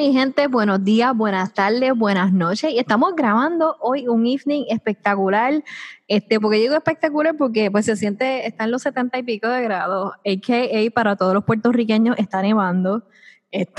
mi gente, buenos días, buenas tardes, buenas noches. Y estamos grabando hoy un evening espectacular. Porque digo espectacular porque pues se siente, está en los 70 y pico de grados, a.k.a. para todos los puertorriqueños está nevando. Este,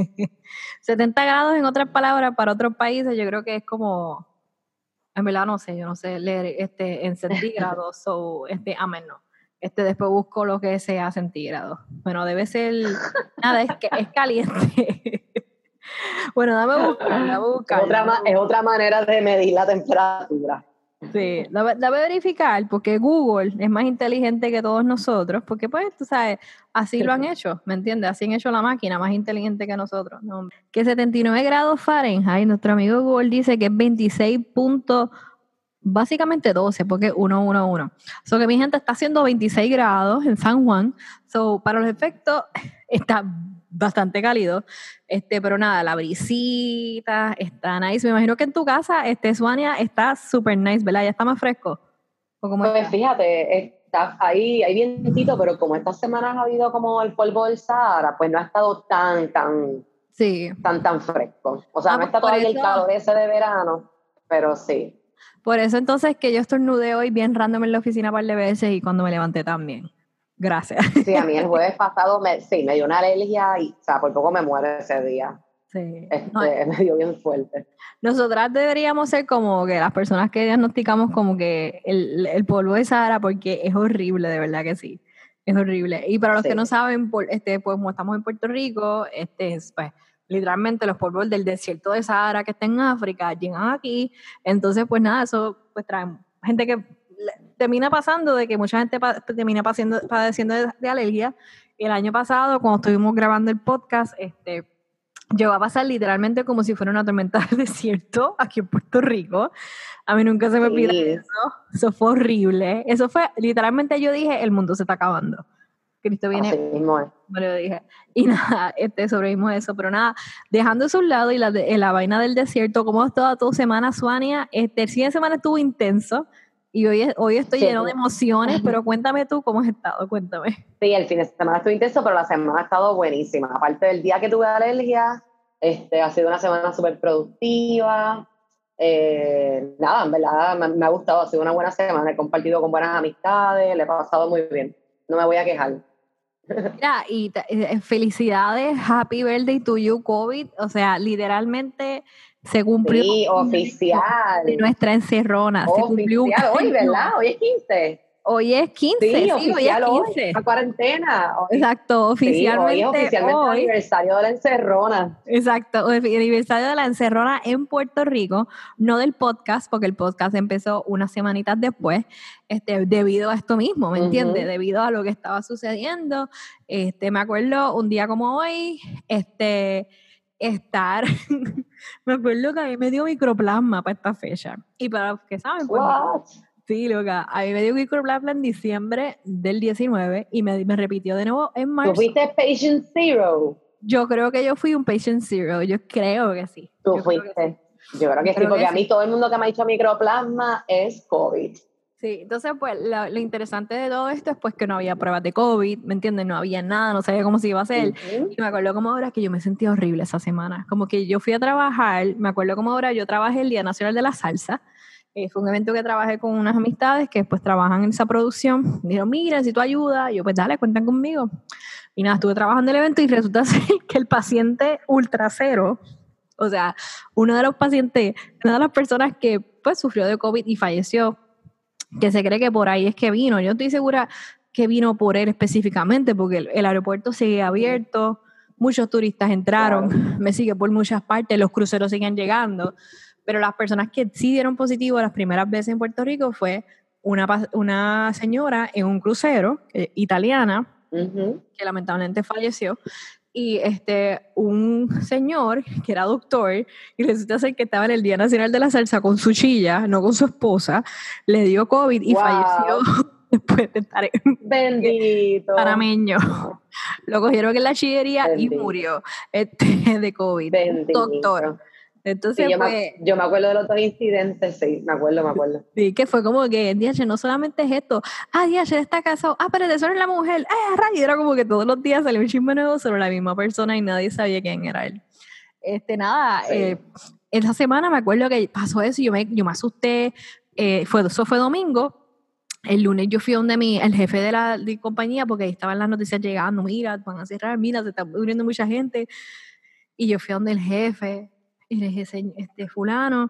70 grados en otras palabras para otros países, yo creo que es como, en verdad no sé, yo no sé leer en centígrados o amén, no. Después busco lo que sea centígrados. Bueno, debe ser, nada, es que es caliente. Bueno, dame buscar. Es otra manera de medir la temperatura. Sí, dame verificar, porque Google es más inteligente que todos nosotros, porque pues, tú sabes, así lo han hecho, ¿me entiendes? Así han hecho la máquina, más inteligente que nosotros. No, que 79 grados Fahrenheit, nuestro amigo Google dice que es 26 básicamente 12, porque 111. So que mi gente está haciendo 26 grados en San Juan. So, para los efectos, está bastante cálido. Pero nada, la brisita está nice. Me imagino que en tu casa, Suania, está súper nice, ¿verdad? Ya está más fresco. ¿O cómo Pues está? fíjate, está ahí, hay vientito, pero como estas semanas ha habido como el polvo del Sahara, pues no ha estado tan fresco. O sea, no está todavía el calor ese de verano, pero sí. Por eso entonces que yo estornudé hoy bien random en la oficina un par de veces y cuando me levanté también. Gracias. Sí, a mí el jueves pasado me dio una alergia y, o sea, por poco me muero ese día. Sí. Me dio bien fuerte. Nosotras deberíamos ser como que las personas que diagnosticamos como que el polvo de Sahara, porque es horrible, de verdad que sí. Es horrible. Y para los que no saben, pues como estamos en Puerto Rico, pues literalmente los polvos del desierto de Sahara que está en África llegan aquí. Entonces, pues nada, eso pues trae gente que termina pasando de que mucha gente termina padeciendo de alergia. Y el año pasado, cuando estuvimos grabando el podcast, llegó a pasar literalmente como si fuera una tormenta del desierto aquí en Puerto Rico. A mí nunca se me olvida eso. Eso fue horrible. Eso fue, literalmente yo dije, el mundo se está acabando. Cristo viene. Así mismo es. Me lo dije. Y nada, sobrevivimos eso. Pero nada, dejando eso a un lado y la vaina del desierto, ¿cómo ha estado tu semana, Suania? El fin de semana estuvo intenso. Y hoy estoy lleno de emociones, pero cuéntame tú cómo has estado, cuéntame. Sí, el fin de semana estuvo intenso, pero la semana ha estado buenísima. Aparte del día que tuve alergia, ha sido una semana súper productiva. Nada, en verdad me ha gustado, ha sido una buena semana. He compartido con buenas amistades, le he pasado muy bien. No me voy a quejar. Mira, y felicidades, happy birthday to you, COVID. O sea, literalmente se cumplió. Sí, oficial. De nuestra encerrona. Se cumplió un oficial, hoy, año. ¿verdad? Hoy es 15. Hoy es 15, sí oficial hoy es 15. Hoy, la cuarentena. Hoy. Exacto, oficialmente. Sí, hoy es oficialmente el aniversario de la encerrona. Exacto, el aniversario de la encerrona en Puerto Rico, no del podcast, porque el podcast empezó unas semanitas después, debido a esto mismo, ¿me entiendes? Debido a lo que estaba sucediendo. Me acuerdo un día como hoy, estar, me acuerdo que a mí me dio microplasma para esta fecha. Y para los que saben, pues, sí, loca, a mí me dio microplasma en diciembre del 19 y me repitió de nuevo en marzo. ¿Tú fuiste patient zero? Yo creo que yo fui un patient zero, yo creo que sí. ¿Tú fuiste? Yo creo que sí, porque a mí todo el mundo que me ha dicho microplasma es COVID. Sí, entonces pues lo interesante de todo esto es pues que no había pruebas de COVID, ¿me entiendes? No había nada, no sabía cómo se iba a hacer. Y me acuerdo como ahora que yo me sentía horrible esa semana. Como que yo fui a trabajar, me acuerdo como ahora yo trabajé el Día Nacional de la Salsa. Fue un evento que trabajé con unas amistades que pues trabajan en esa producción. Me dijeron, mira, necesito ayuda. Y yo, pues dale, cuentan conmigo. Y nada, estuve trabajando en el evento y resulta ser que el paciente ultra cero, o sea, uno de los pacientes, una de las personas que pues sufrió de COVID y falleció, que se cree que por ahí es que vino. Yo estoy segura que vino por él específicamente, porque el aeropuerto sigue abierto, muchos turistas entraron, me sigue por muchas partes, los cruceros siguen llegando, pero las personas que sí dieron positivo las primeras veces en Puerto Rico fue una señora en un crucero italiana, que lamentablemente falleció, y un señor que era doctor y resulta ser que estaba en el Día Nacional de la Salsa con su chilla, no con su esposa, le dio COVID y falleció después de estar bendito panameño. Lo cogieron en la chillería bendito. Y murió de COVID. Bendito. Doctor. Entonces, sí, pues, yo me acuerdo de los dos incidentes, sí, me acuerdo. Sí, que fue como que, DH, no solamente es esto, DH está casado, pero eso no es la mujer, rayo, era como que todos los días salía un chisme nuevo sobre la misma persona y nadie sabía quién era él. Nada, esa semana me acuerdo que pasó eso y yo me asusté. Eso fue domingo. El lunes yo fui donde el jefe de la compañía, porque ahí estaban las noticias llegando, mira, van a cerrar, mira, se está muriendo mucha gente. Y yo fui donde el jefe, y le dije, fulano,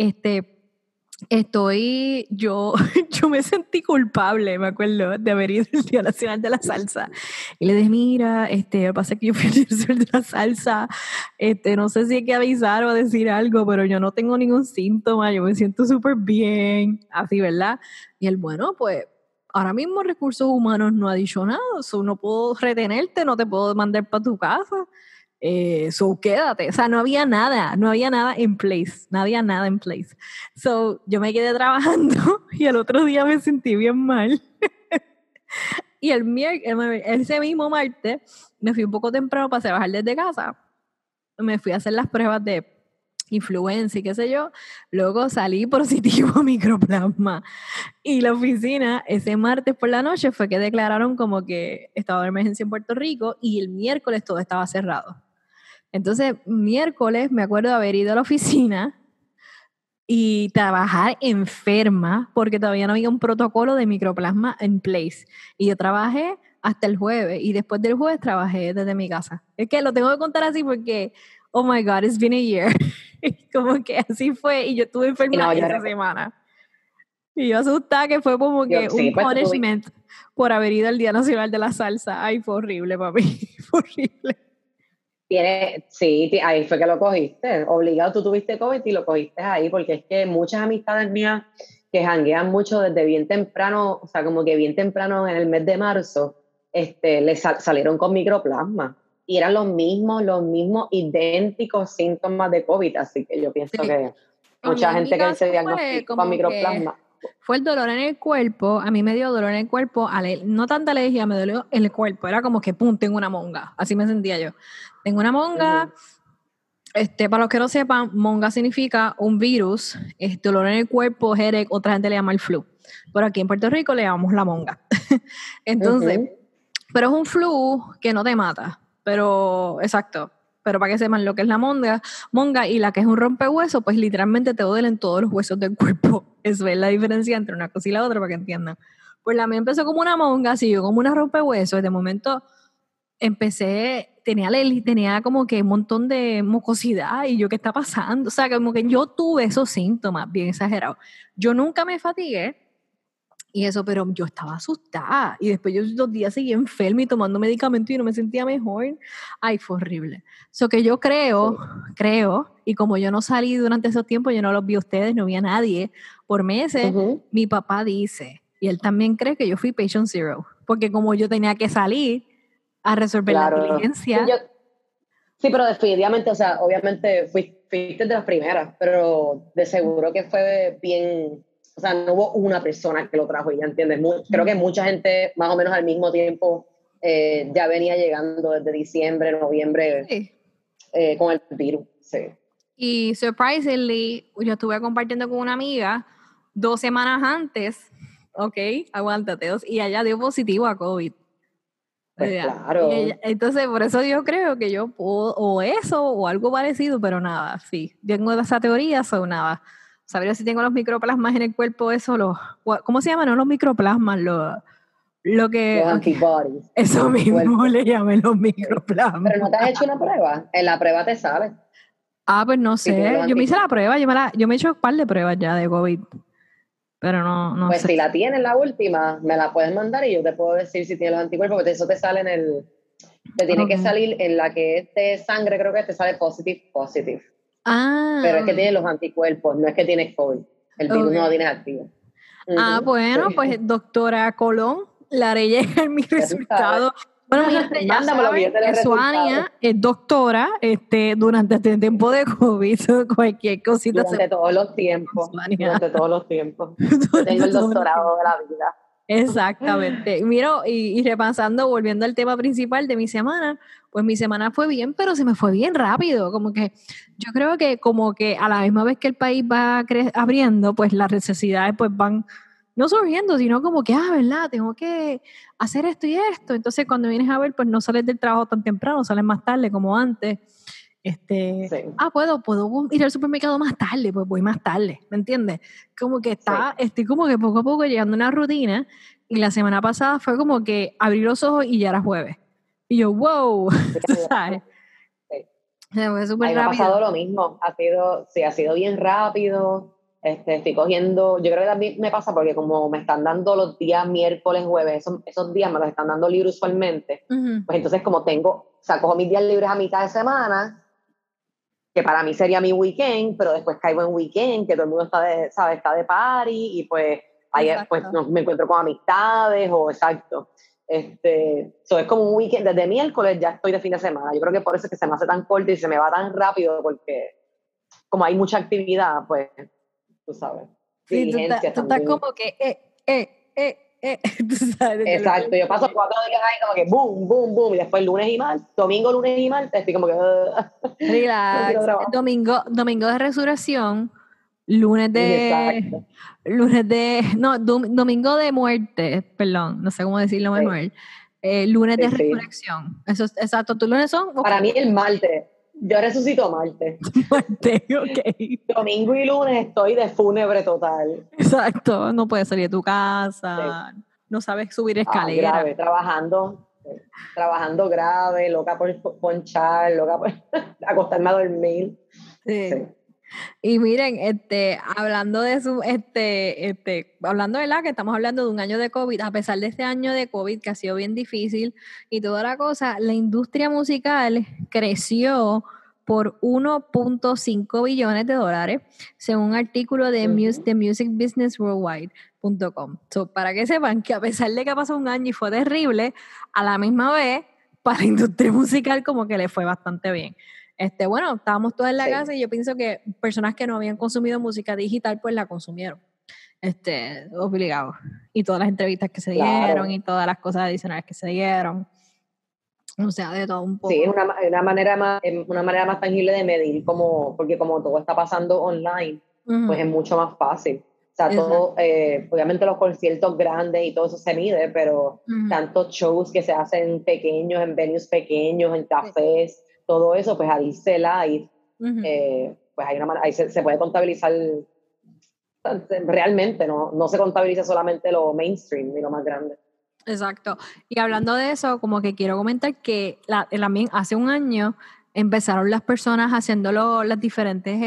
yo me sentí culpable, me acuerdo, de haber ido al Día Nacional de la Salsa. Y le dije, mira, lo que pasa es que yo fui al Día Nacional de la Salsa, no sé si hay que avisar o decir algo, pero yo no tengo ningún síntoma, yo me siento súper bien, así, ¿verdad? Y él, bueno, pues, ahora mismo Recursos Humanos no ha dicho nada, no puedo retenerte, no te puedo mandar para tu casa. Quédate, o sea, no había nada en place, no había nada en place. So, yo me quedé trabajando y el otro día me sentí bien mal. Y ese mismo martes me fui un poco temprano para trabajar desde casa. Me fui a hacer las pruebas de influenza y qué sé yo. Luego salí positivo a microplasma. Y la oficina, ese martes por la noche, fue que declararon como que estado de emergencia en Puerto Rico y el miércoles todo estaba cerrado. Entonces, miércoles me acuerdo de haber ido a la oficina y trabajar enferma porque todavía no había un protocolo de microplasma en place. Y yo trabajé hasta el jueves y después del jueves trabajé desde mi casa. Es que lo tengo que contar así porque, oh my God, it's been a year. Como que así fue y yo estuve enferma esa semana. Y yo asustada que fue como que un punishment por haber ido al Día Nacional de la Salsa. Ay, fue horrible, papi. Fue horrible. Sí, ahí fue que lo cogiste, obligado, tú tuviste COVID y lo cogiste ahí, porque es que muchas amistades mías que janguean mucho desde bien temprano, o sea, como que bien temprano en el mes de marzo, les salieron con microplasma, y eran los mismos idénticos síntomas de COVID, así que yo pienso que mucha gente que se diagnosticó con microplasma. Fue el dolor en el cuerpo, a mí me dio dolor en el cuerpo, no tanta alergia, me dolió el cuerpo, era como que pum, tengo una monga, así me sentía yo. Tengo una monga, para los que no sepan, monga significa un virus, dolor en el cuerpo, headache, otra gente le llama el flu, pero aquí en Puerto Rico le llamamos la monga. Entonces, pero es un flu que no te mata, pero exacto. Pero para que sepan lo que es la monga y la que es un rompehueso, pues literalmente te duelen todos los huesos del cuerpo. Eso es la diferencia entre una cosa y la otra, para que entiendan. Pues la mía empezó como una monga, siguió como una rompehuesos. De momento tenía como que un montón de mucosidad y yo, ¿qué está pasando? O sea, como que yo tuve esos síntomas bien exagerados. Yo nunca me fatigué y eso, pero yo estaba asustada y después yo 2 días seguí enferma y tomando medicamentos y no me sentía mejor. Ay, fue horrible. So que yo creo, y como yo no salí durante esos tiempos, yo no los vi a ustedes, no vi a nadie por meses, mi papá dice, y él también cree que yo fui patient zero, porque como yo tenía que salir a resolver la diligencia. Sí, pero definitivamente, o sea, obviamente fuiste de las primeras, pero de seguro que fue bien. O sea, no hubo una persona que lo trajo, ya entiendes. Creo que mucha gente, más o menos al mismo tiempo, ya venía llegando desde diciembre, noviembre, con el virus. Sí. Y surprisingly, yo estuve compartiendo con una amiga 2 semanas antes, aguántate, y ella dio positivo a COVID. Pues claro. Entonces, por eso yo creo que yo puedo, o eso, o algo parecido, pero nada, sí. Tengo esa teoría, nada. Saber si tengo los microplasmas en el cuerpo, ¿cómo se llaman? No los microplasmas, lo que... Los antibodies. Eso mismo le llaman los microplasmas. Pero no te has hecho una prueba. En la prueba te sale. Pues no sé. Yo me hice la prueba, yo me he hecho un par de pruebas ya de COVID. Pero no sé. Pues si la tienes, la última, me la puedes mandar y yo te puedo decir si tienes los anticuerpos, porque eso te sale te tiene que salir en la que es de sangre, creo que te sale positive. Pero es que tienes los anticuerpos, no es que tienes COVID. El virus no lo tienes activo. Bueno, pues doctora Colón, le haré llegar mi resultado. Bueno, mi gente, ya saben que Suania es doctora durante este tiempo de COVID, cualquier cosita. Durante todos los tiempos. Yo tengo el doctorado de la vida. Exactamente. Mira, y repasando, volviendo al tema principal de mi semana, pues mi semana fue bien, pero se me fue bien rápido. Como que yo creo que como que a la misma vez que el país va abriendo, pues las necesidades pues van no surgiendo, sino como que, ¿verdad? Tengo que hacer esto y esto. Entonces cuando vienes a ver, pues no sales del trabajo tan temprano, sales más tarde como antes. Sí. Puedo ir al supermercado más tarde, pues voy más tarde, ¿me entiendes? Como que estoy como que poco a poco llegando a una rutina, y la semana pasada fue como que abrí los ojos y ya era jueves. Y yo, wow, Sí, tú sabes, sí. se fue A súper mí me ha rápido. pasado lo mismo, ha sido bien rápido, estoy cogiendo, yo creo que también me pasa porque como me están dando los días miércoles, jueves, esos días me los están dando libres usualmente, Uh-huh. pues entonces como cojo mis días libres a mitad de semana, que para mí sería mi weekend, pero después caigo en weekend, que todo el mundo está de party, y pues ahí pues, me encuentro con amistades, o exacto. Es como un weekend, desde miércoles ya estoy de fin de semana. Yo creo que por eso es que se me hace tan corto y se me va tan rápido, porque como hay mucha actividad, pues, tú sabes, Sí, diligencias tú estás también. como que, tú sabes, desde los Exacto, yo paso 4 días ahí como que boom, boom, boom, y después domingo, lunes y martes, estoy como que no quiero relax. trabajar. Domingo de resurrección, lunes de, Exacto. domingo de muerte, perdón, no sé cómo decirlo Sí, mejor. Lunes de sí, sí. resurrección. Eso, exacto, tus lunes son, ok, Para mí el martes, yo resucito martes. muerte, ok. Domingo y lunes estoy de fúnebre total. Exacto, no puedes salir de tu Sí. casa, no sabes subir escalera. Grave, trabajando grave, loca por ponchar, loca por acostarme a dormir. Sí. Sí. Y miren, hablando de hablando de la que estamos hablando de un año de COVID, a pesar de este año de COVID que ha sido bien difícil y toda la cosa, la industria musical creció por 1.5 billones de dólares, según un artículo de The Music Business Worldwide.com. So, para que sepan que a pesar de que ha pasado un año y fue terrible, a la misma vez, para la industria musical como que le fue bastante bien. Bueno, estábamos todas en la casa y yo pienso que personas que no habían consumido música digital, pues la consumieron, obligado. Y todas las entrevistas que se dieron Claro. y todas las cosas adicionales que se dieron. O sea, de todo un Sí, poco. una manera más tangible de medir, porque como todo está pasando online, pues Uh-huh. es mucho más fácil. O sea, Exacto. todo, obviamente los conciertos grandes y todo eso se mide, pero Uh-huh. tantos shows que se hacen pequeños, en venues pequeños, en Sí. cafés, todo eso, pues al irse live, Uh-huh. pues ahí se puede contabilizar realmente, no se contabiliza solamente lo mainstream ni lo más grande. Exacto. Y hablando de eso, como que quiero comentar que también hace un año empezaron las personas haciéndolo, las diferentes,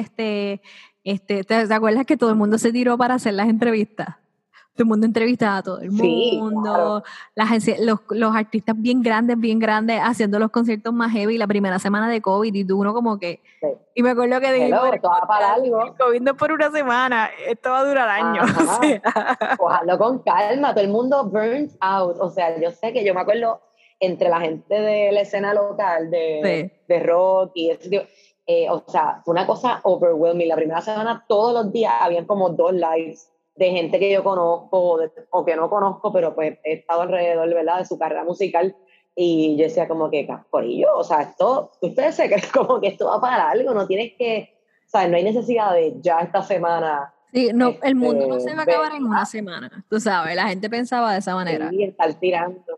¿te acuerdas que todo el mundo se tiró para hacer las entrevistas? Todo el mundo entrevistaba a todo el Sí, claro. mundo, los artistas bien grandes, haciendo los conciertos más heavy la primera semana de COVID, y tú uno como que, Sí. y me acuerdo que dijimos Hello, en el esto va para podcast, el algo. COVID no es por una semana, esto va a durar años. O Ajá. sea. Ojalá con calma, todo el mundo burnt out. O sea, yo me acuerdo entre la gente de la escena local Sí. de rock y ese tipo, o sea, fue una cosa overwhelming. La primera semana, todos los días, habían como 2 lives de gente que yo conozco o que no conozco, pero pues he estado alrededor, ¿verdad?, de su carrera musical. Y yo decía como que, Cascorillo, o sea, ustedes se creen como que esto va para algo, no tienes que, o sea, no hay necesidad de ya esta semana Sí, no, el mundo no se va a acabar ver, en una semana, tú sabes, la gente pensaba de esa manera. y estar tirando.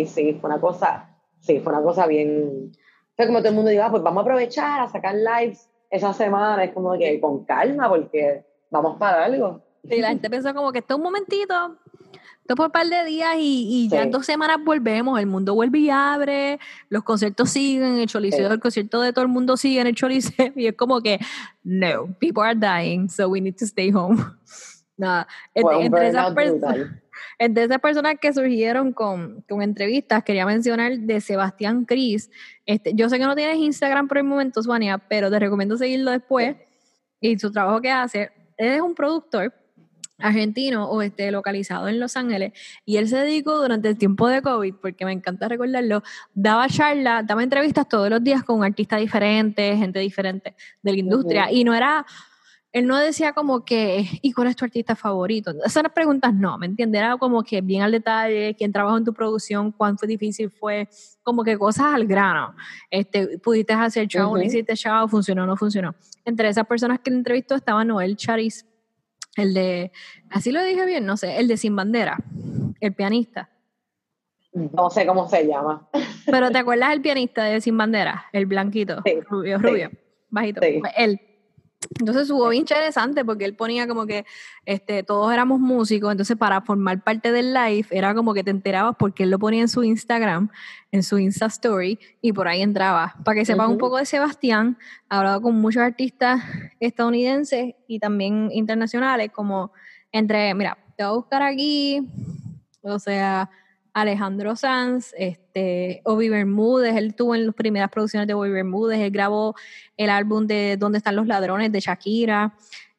Sí, fue una cosa bien. O sea, como todo el mundo diga, pues vamos a aprovechar a sacar lives esa semana, es como que con calma, porque vamos para algo. Sí, la gente pensó como que esto es un momentito, esto por un par de días y ya en Sí, 2 semanas volvemos, el mundo vuelve y abre, los conciertos siguen, el choliseo, sí. el concierto de todo el mundo sigue en el choliseo y es como que, no, people are dying, so we need to stay home. Nada, Fue un burnout brutal. entre esas personas que surgieron con entrevistas, quería mencionar de Sebastián Cris. Yo sé que no tienes Instagram por el momento, Suania, pero te recomiendo seguirlo después Sí. y su trabajo que hace. Él es un productor argentino o localizado en Los Ángeles, y él se dedicó durante el tiempo de COVID, porque me encanta recordarlo, daba charlas, daba entrevistas todos los días con artistas diferentes, gente diferente de la industria, y no era, él no decía como que, ¿y cuál es tu artista favorito? Esas preguntas no, ¿me entiendes? Era como que bien al detalle, quién trabajó en tu producción, cuán fue difícil fue, como que cosas al grano. Pudiste hacer chavo, no hiciste chavo, funcionó, no funcionó. Entre esas personas que le entrevistó estaba Noel Chariz, el de, así lo dije bien, no sé, el de Sin Bandera, el pianista. No sé cómo se llama. Pero ¿te acuerdas del pianista de Sin Bandera? El blanquito, Sí, rubio, bajito. Sí. Pues él. Entonces estuvo bien interesante porque él ponía como que todos éramos músicos, entonces para formar parte del live era como que te enterabas porque él lo ponía en su Instagram, en su Insta Story, y por ahí entraba. Para que sepan un poco de Sebastián, ha hablado con muchos artistas estadounidenses y también internacionales, como mira, te voy a buscar aquí, o sea, Alejandro Sanz, Obi Bermúdez, él estuvo en las primeras producciones de Obi Bermúdez, él grabó el álbum de ¿Dónde están los ladrones? De Shakira,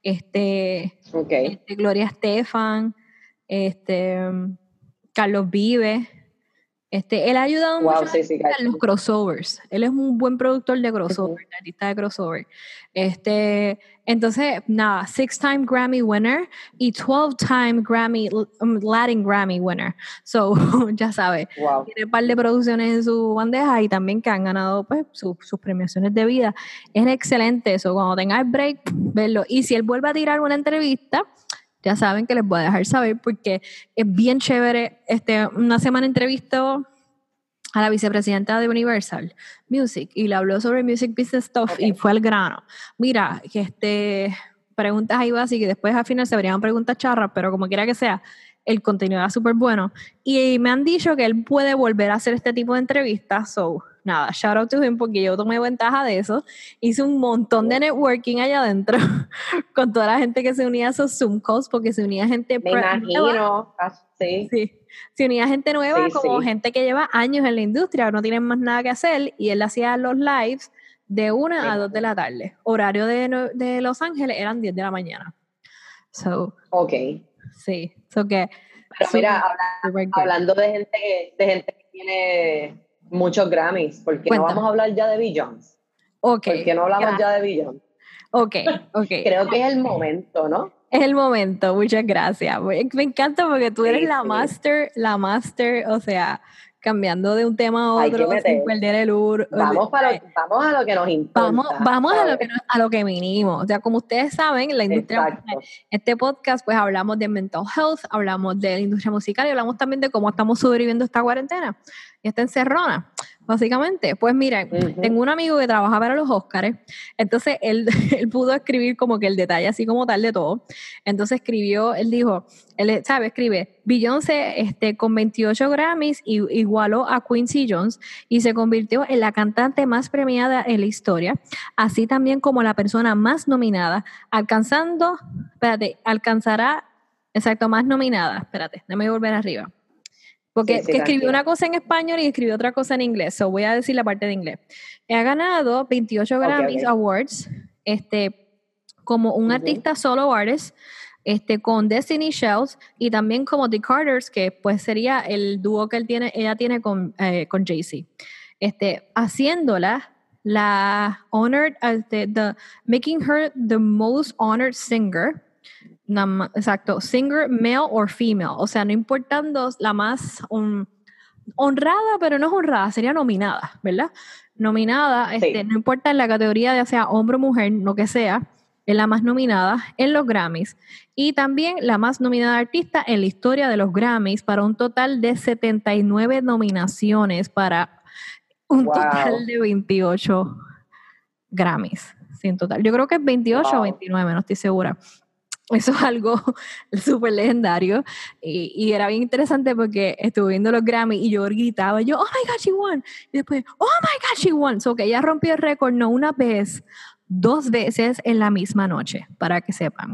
Gloria Estefan, Carlos Vives. Él ha ayudado mucho en los crossovers. Él es un buen productor de crossover, artista de crossover. Entonces, nada, 6-time Grammy winner y 12-time Latin Grammy winner. So, ya sabes, tiene un par de producciones en su bandeja y también que han ganado pues sus premiaciones de vida. Es excelente eso, cuando tenga el break, verlo. Y si él vuelve a tirar una entrevista, ya saben que les voy a dejar saber porque es bien chévere. Una semana entrevistó a la vicepresidenta de Universal Music y le habló sobre Music Business Stuff y fue al grano. Mira, que preguntas ahí básicas y después al final se verían preguntas charras, pero como quiera que sea, el contenido era súper bueno. Y me han dicho que él puede volver a hacer este tipo de entrevistas, so nada, shout out to him porque yo tomé ventaja de eso. Hice un montón de networking allá adentro con toda la gente que se unía a esos Zoom calls porque se unía gente me imagino, sí. Se unía gente nueva, como gente que lleva años en la industria, no tienen más nada que hacer, y él hacía los lives de 1 a 2 de la tarde. Horario de Los Ángeles eran 10 de la mañana. So, sí, que... Pero mira, hablando de gente que tiene muchos Grammys, ¿por qué no vamos a hablar ya de Beyoncé? ¿Por qué no hablamos ya de Beyoncé? Creo que es el momento, ¿no? Es el momento, muchas gracias. Me encanta porque tú eres la master, o sea, cambiando de un tema a otro sin perder el vamos a lo que nos importa. Vamos a lo que vinimos. O sea, como ustedes saben, en la industria, este podcast, pues hablamos de mental health, hablamos de la industria musical y hablamos también de cómo estamos sobreviviendo esta cuarentena y esta encerrona. Básicamente, pues miren, tengo un amigo que trabaja para los Óscares, entonces él pudo escribir como que el detalle así como tal de todo, entonces escribió, escribe, Beyoncé con 28 Grammys igualó a Quincy Jones y se convirtió en la cantante más premiada en la historia, así también como la persona más nominada, más nominada, déjame volver arriba. Porque escribió una cosa en español y escribió otra cosa en inglés. So voy a decir la parte de inglés. Ha ganado 28 Grammys Awards como un artista solo artist con Destiny Child y también como The Carters, que pues sería el dúo que ella tiene con Jay-Z. Haciéndola la honored, making her the most honored singer. Exacto, singer, male or female, o sea, no importando la más honrada, pero no es honrada, sería nominada, ¿verdad? Nominada, no importa en la categoría ya sea hombre o mujer, lo que sea, es la más nominada en los Grammys y también la más nominada artista en la historia de los Grammys para un total de 79 nominaciones para un total de 28 Grammys, sin total. Yo creo que es 28 o 29, no estoy segura. Eso es algo súper legendario y era bien interesante porque estuve viendo los Grammy y yo gritaba, oh my God, she won, y después, oh my God, she won, so que ella rompió el récord no una vez, 2 veces en la misma noche, para que sepan.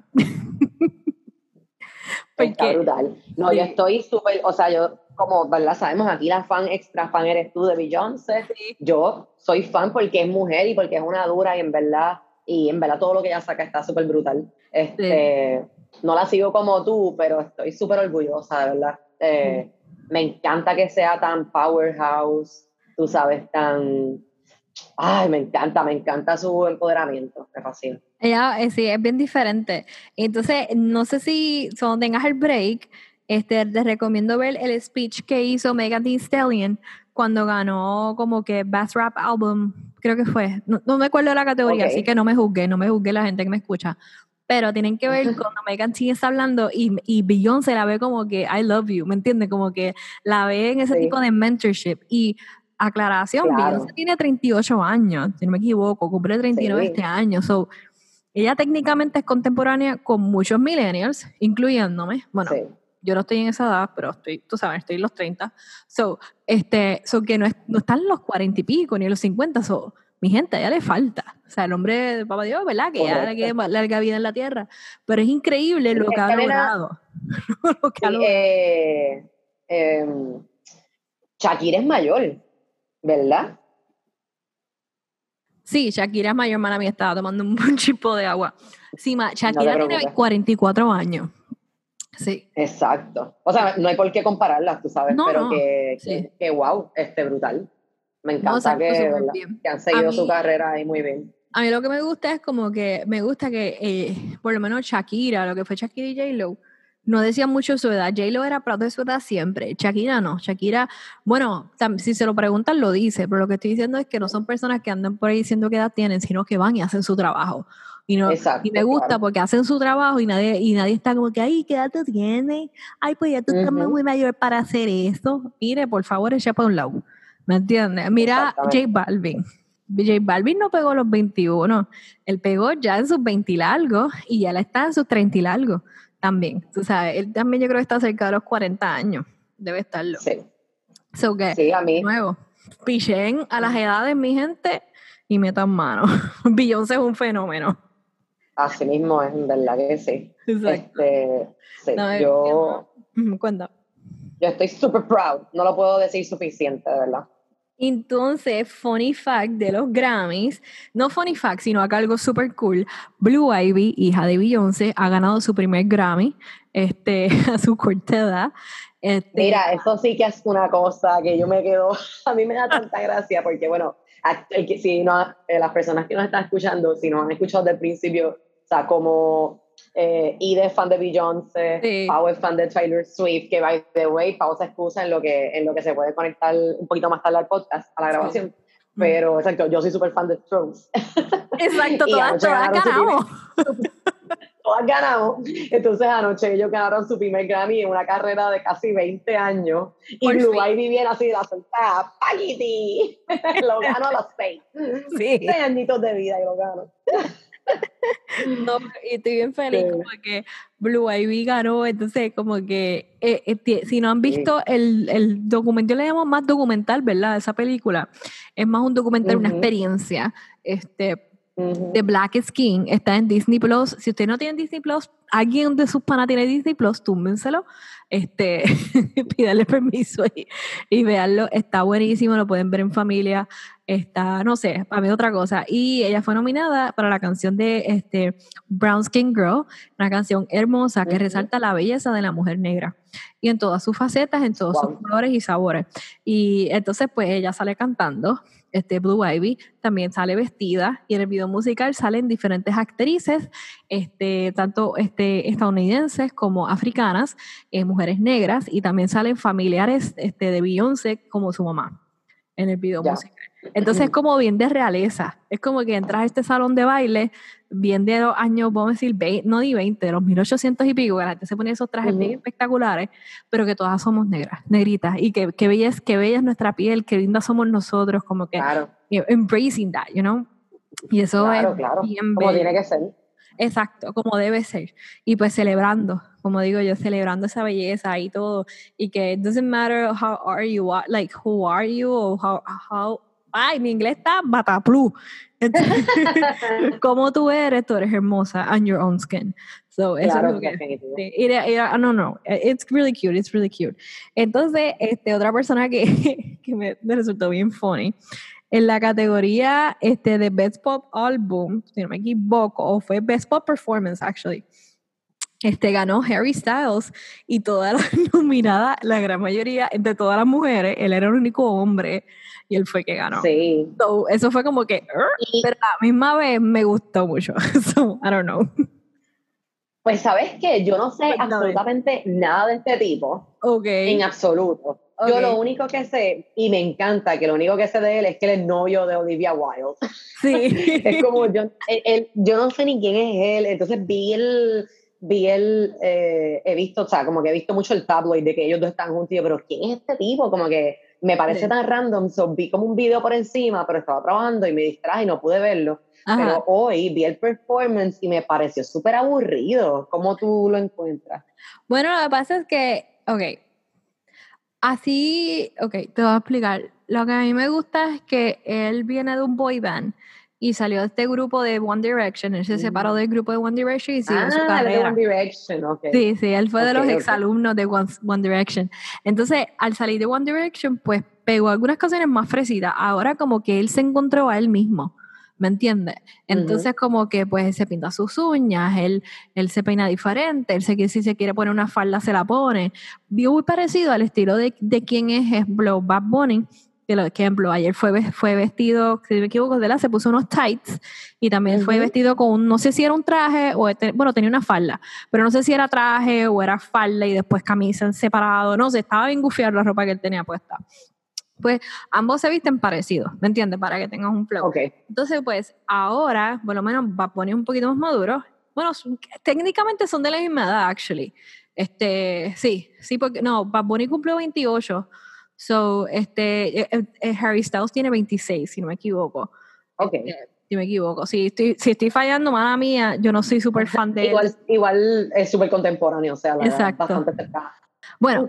Está brutal. No, yo estoy súper, o sea, yo como, ¿verdad? Sabemos aquí la extra fan eres tú de Beyoncé, yo soy fan porque es mujer y porque es una dura y en verdad todo lo que ella saca está súper brutal. No la sigo como tú, pero estoy súper orgullosa, de verdad. Me encanta que sea tan powerhouse, tú sabes, me encanta su empoderamiento, me fascina. Ella, sí, es bien diferente. Entonces, no sé si cuando tengas el break, te recomiendo ver el speech que hizo Megan Thee Stallion cuando ganó como que Best Rap Album, creo que fue. No me acuerdo de la categoría, así que no me juzgué la gente que me escucha. Pero tienen que ver cuando Megan Thee está hablando y Beyoncé la ve como que I love you, ¿me entiendes? Como que la ve en ese tipo de mentorship. Y aclaración, Claro. Beyoncé tiene 38 años, si no me equivoco, cumple 39 Sí. este año, so, ella técnicamente es contemporánea con muchos millennials, incluyéndome, bueno, Sí. yo no estoy en esa edad, pero tú sabes, estoy en los 30, so que no están en los 40 y pico, ni en los 50, so, mi gente, a ella le falta, o sea, el hombre de papá Dios, ¿verdad? Que ya le quede larga vida en la tierra, pero es increíble Sí, lo que ha esta nena, logrado, lo que ha sí, logrado. Shakira es mayor, ¿verdad? Sí, Shakira es mayor, hermana mía, estaba tomando un buen chipo de agua. Sí, No te Shakira tiene preocupes. 44 años. Sí. Exacto. O sea, no hay por qué compararlas, tú sabes, No, pero no. Sí. que wow, brutal. Me No, se encanta ha visto que, súper ¿verdad? bien. Que han A seguido su mí, carrera ahí muy bien. a mí lo que me gusta es como que me gusta que por lo menos Shakira, lo que fue Shakira y J-Lo, no decían mucho su edad. J-Lo era proud de su edad siempre. Shakira no. Shakira, bueno, si se lo preguntan lo dice, pero lo que estoy diciendo es que no son personas que andan por ahí diciendo qué edad tienen, sino que van y hacen su trabajo. Y me Exacto, gusta claro. porque hacen su trabajo y nadie está como que, ay, ¿qué edad tú tienes? Ay, pues ya tú estás muy mayor para hacer eso. Mire, por favor, echa para un lado. ¿Me entiendes? Mira, J Exactamente. Balvin. J Balvin no pegó los 21, él pegó ya en sus 20 y largos y ya está en sus 30 y largos también. Tú sabes, él también yo creo que está cerca de los 40 años, debe estarlo. Sí. So que, Sí, a de mí. nuevo, pichen a las edades, mi gente, y metan mano. Beyoncé es un fenómeno. Así mismo es, en verdad que sí. Exacto. Sí, No, yo cuenta. estoy super proud, no lo puedo decir suficiente, de verdad. Entonces, funny fact de los Grammys, no funny fact, sino acá algo super cool. Blue Ivy, hija de Beyoncé, ha ganado su primer Grammy a su corta edad. Mira, eso sí que es una cosa que yo me quedo, a mí me da tanta gracia porque, bueno, si no, las personas que nos están escuchando, si nos han escuchado desde el principio, o sea, como Ide es fan de Beyoncé, Sí. Pau es fan de Taylor Swift, que by the way, Pau se excusa en lo que se puede conectar un poquito más tarde al podcast, a la grabación. Sí. Pero, exacto, yo soy súper fan de Strokes. Exacto, Y anoche todas ganaron ganamos. todas ganamos. Entonces anoche ellos ganaron su primer Grammy en una carrera de casi 20 años. Y Por Blue fin. Ivy viene así de la soltada, ¡Paquiti! Lo gano a los 6. Sí. 6 añitos de vida y lo gano. No, y estoy bien feliz Sí. como que Blue Ivy ganó, entonces como que si no han visto Sí. el documental, le llamamos más documental, ¿verdad? Esa película es más un documental, una experiencia, de Black Skin, está en Disney Plus. Si usted no tiene Disney Plus, alguien de sus panas tiene Disney Plus, túmbenselo, pídale permiso y véanlo, está buenísimo, lo pueden ver en familia, está, no sé, para mí otra cosa. Y ella fue nominada para la canción de Brown Skin Girl, una canción hermosa que resalta la belleza de la mujer negra y en todas sus facetas, en todos sus colores y sabores. Y entonces pues ella sale cantando, Blue Ivy también sale vestida y en el video musical salen diferentes actrices, tanto estadounidenses como africanas, mujeres negras, y también salen familiares de Beyoncé como su mamá en el video musical. Entonces es como bien de realeza, es como que entras a este salón de baile bien de los años, vamos a decir, no de 20, de los 1800 y pico, que la gente se ponía esos trajes bien espectaculares, pero que todas somos negras, negritas, y que bella es nuestra piel, que linda somos nosotros, como que embracing that, you know? Y eso es bien Como bello. tiene que ser. Exacto, como debe ser. Y pues celebrando, como digo yo, celebrando esa belleza y todo. Y que it doesn't matter how are you, like who are you, or how ay, mi inglés está bataplu. Como tú eres hermosa on your own skin. So, eso Claro, es lo que definitivo. no, it's really cute. Entonces, otra persona que me resultó bien funny, en la categoría de Best Pop Album, si no me equivoco, o fue Best Pop Performance, actually. Ganó Harry Styles y todas las nominadas, la gran mayoría de todas las mujeres, él era el único hombre y él fue que ganó. Sí. So, eso fue como que, pero a la misma vez me gustó mucho. So, I don't know. Pues, ¿sabes qué? Yo no sé absolutamente nada de este tipo. Okay. En absoluto. Yo lo único que sé, y me encanta que lo único que sé de él es que él es novio de Olivia Wilde. Sí. Es como, yo no sé ni quién es él, entonces he visto, o sea, como que he visto mucho el tabloid de que ellos dos están juntos, y yo, pero ¿quién es este tipo? Como que me parece tan random, vi como un video por encima, pero estaba trabajando y me distraje y no pude verlo. Ajá. Pero hoy vi el performance y me pareció súper aburrido. ¿Cómo tú lo encuentras? Bueno, lo que pasa es que, te voy a explicar. Lo que a mí me gusta es que él viene de un boy band y salió de este grupo de One Direction. Él se separó del grupo de One Direction y siguió su carrera. De One Direction, ok. Sí, él fue de los exalumnos de One Direction. Entonces, al salir de One Direction, pues pegó algunas canciones más fresitas. Ahora como que él se encontró a él mismo, ¿me entiendes? Entonces como que pues él se pinta sus uñas, él se peina diferente, si se quiere poner una falda se la pone. Vio muy parecido al estilo de quien es Bad Bunny, que por ejemplo ayer fue vestido, si no me equivoco, se puso unos tights y también fue vestido con no sé si era un traje o tenía una falda, pero no sé si era traje o era falda y después camisa en separado, no sé, estaba bien gufiado la ropa que él tenía puesta. Pues ambos se visten parecidos, ¿me entiendes? Para que tengas un flow. Okay. Entonces, pues ahora, por lo menos, Bad Bunny un poquito más maduro. Bueno, técnicamente son de la misma edad, actually. Sí, porque no, Bad Bunny cumplió 28. So, Harry Styles tiene 26, si no me equivoco. Okay. Si me equivoco. Si estoy fallando, mala mía, yo no soy súper fan de él. Igual es súper contemporáneo, o sea, la verdad, bastante cercana. Bueno,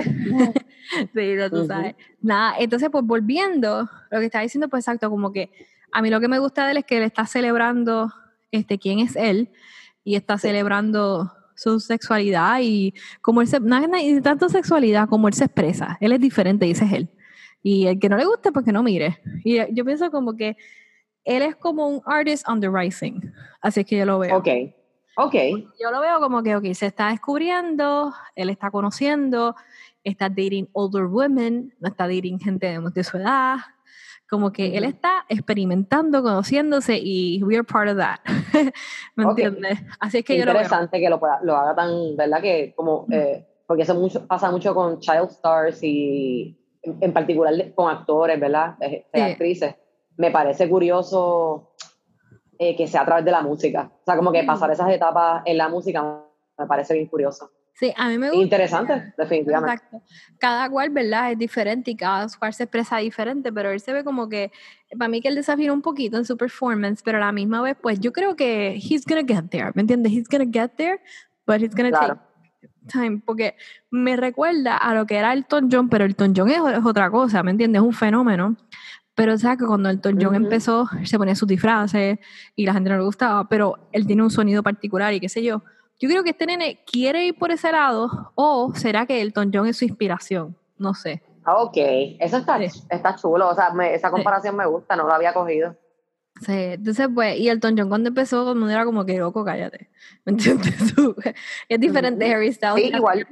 sí, no, tú sabes. Nada, entonces pues volviendo, lo que estaba diciendo, pues exacto, como que a mí lo que me gusta de él es que él está celebrando quién es él y está celebrando su sexualidad y como él y tanto sexualidad como él se expresa, él es diferente, dice él. Y el que no le guste, pues que no mire. Y yo pienso como que él es como un artist on the rising, así es que yo lo veo. Okay. Yo lo veo como que se está descubriendo, él está conociendo, está dating older women, no está dating gente de su edad, como que él está experimentando, conociéndose y we are part of that. ¿Me entiendes? Así es que yo lo veo. Interesante que lo haga tan, ¿verdad? Que como, porque eso pasa mucho con child stars y en particular con actores, ¿verdad? Actrices. Me parece curioso que sea a través de la música. O sea, como que pasar esas etapas en la música me parece bien curioso. Sí, a mí me gusta. Interesante, definitivamente. Exacto. Cada cual, ¿verdad? Es diferente y cada cual se expresa diferente, pero él se ve como que, para mí que él desafina un poquito en su performance, pero a la misma vez, pues yo creo que he's gonna get there, ¿me entiendes? He's gonna get there, but he's gonna take time, porque me recuerda a lo que era Elton John, pero Elton John es otra cosa, ¿me entiendes? Es un fenómeno. Pero o sea que cuando Elton John empezó, se ponía sus disfraces y la gente no le gustaba, pero él tiene un sonido particular y qué sé yo. Yo creo que este nene quiere ir por ese lado, o será que Elton John es su inspiración, no sé. Ok, eso está chulo, o sea, esa comparación me gusta, no lo había cogido. Sí, entonces pues, y Elton John cuando empezó, todo el mundo era como que loco, cállate, ¿me entiendes? Es diferente Harry Styles. Sí, igual.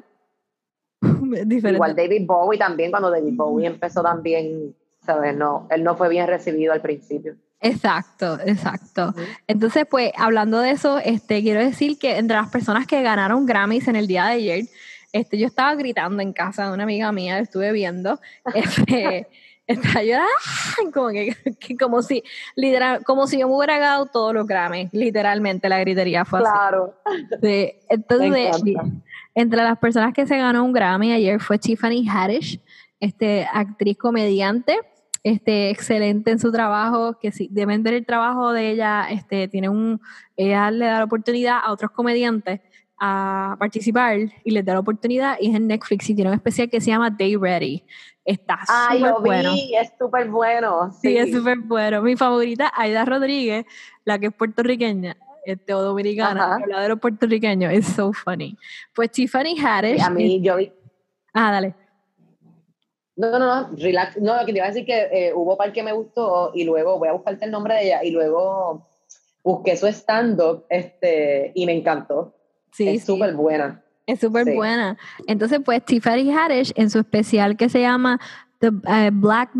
Igual David Bowie también, cuando David Bowie empezó también, ¿sabes? No, él no fue bien recibido al principio. Exacto. Entonces, pues, hablando de eso, quiero decir que entre las personas que ganaron Grammys en el día de ayer, yo estaba gritando en casa de una amiga mía, lo estuve viendo, estaba yo, como si yo me hubiera ganado todos los Grammys, literalmente la gritería fue así. Claro. Sí, entonces, entre las personas que se ganó un Grammy ayer fue Tiffany Haddish, actriz comediante, excelente en su trabajo, que si deben ver el trabajo de ella, ella le da la oportunidad a otros comediantes a participar y les da la oportunidad y es en Netflix y tiene un especial que se llama Day Ready. Está súper bueno. Es súper bueno. Sí, es súper bueno. Mi favorita, Aida Rodríguez, la que es puertorriqueña, o dominicana, que habla de los puertorriqueños, es so funny. Pues Tiffany Haddish. A mí yo vi. Dale. No, relax. No, lo que te iba a decir que hubo par que me gustó y luego voy a buscarte el nombre de ella y luego busqué su stand-up y me encantó. Sí, es súper buena. Es súper buena. Entonces, pues Tiffany Haddish en su especial que se llama The Black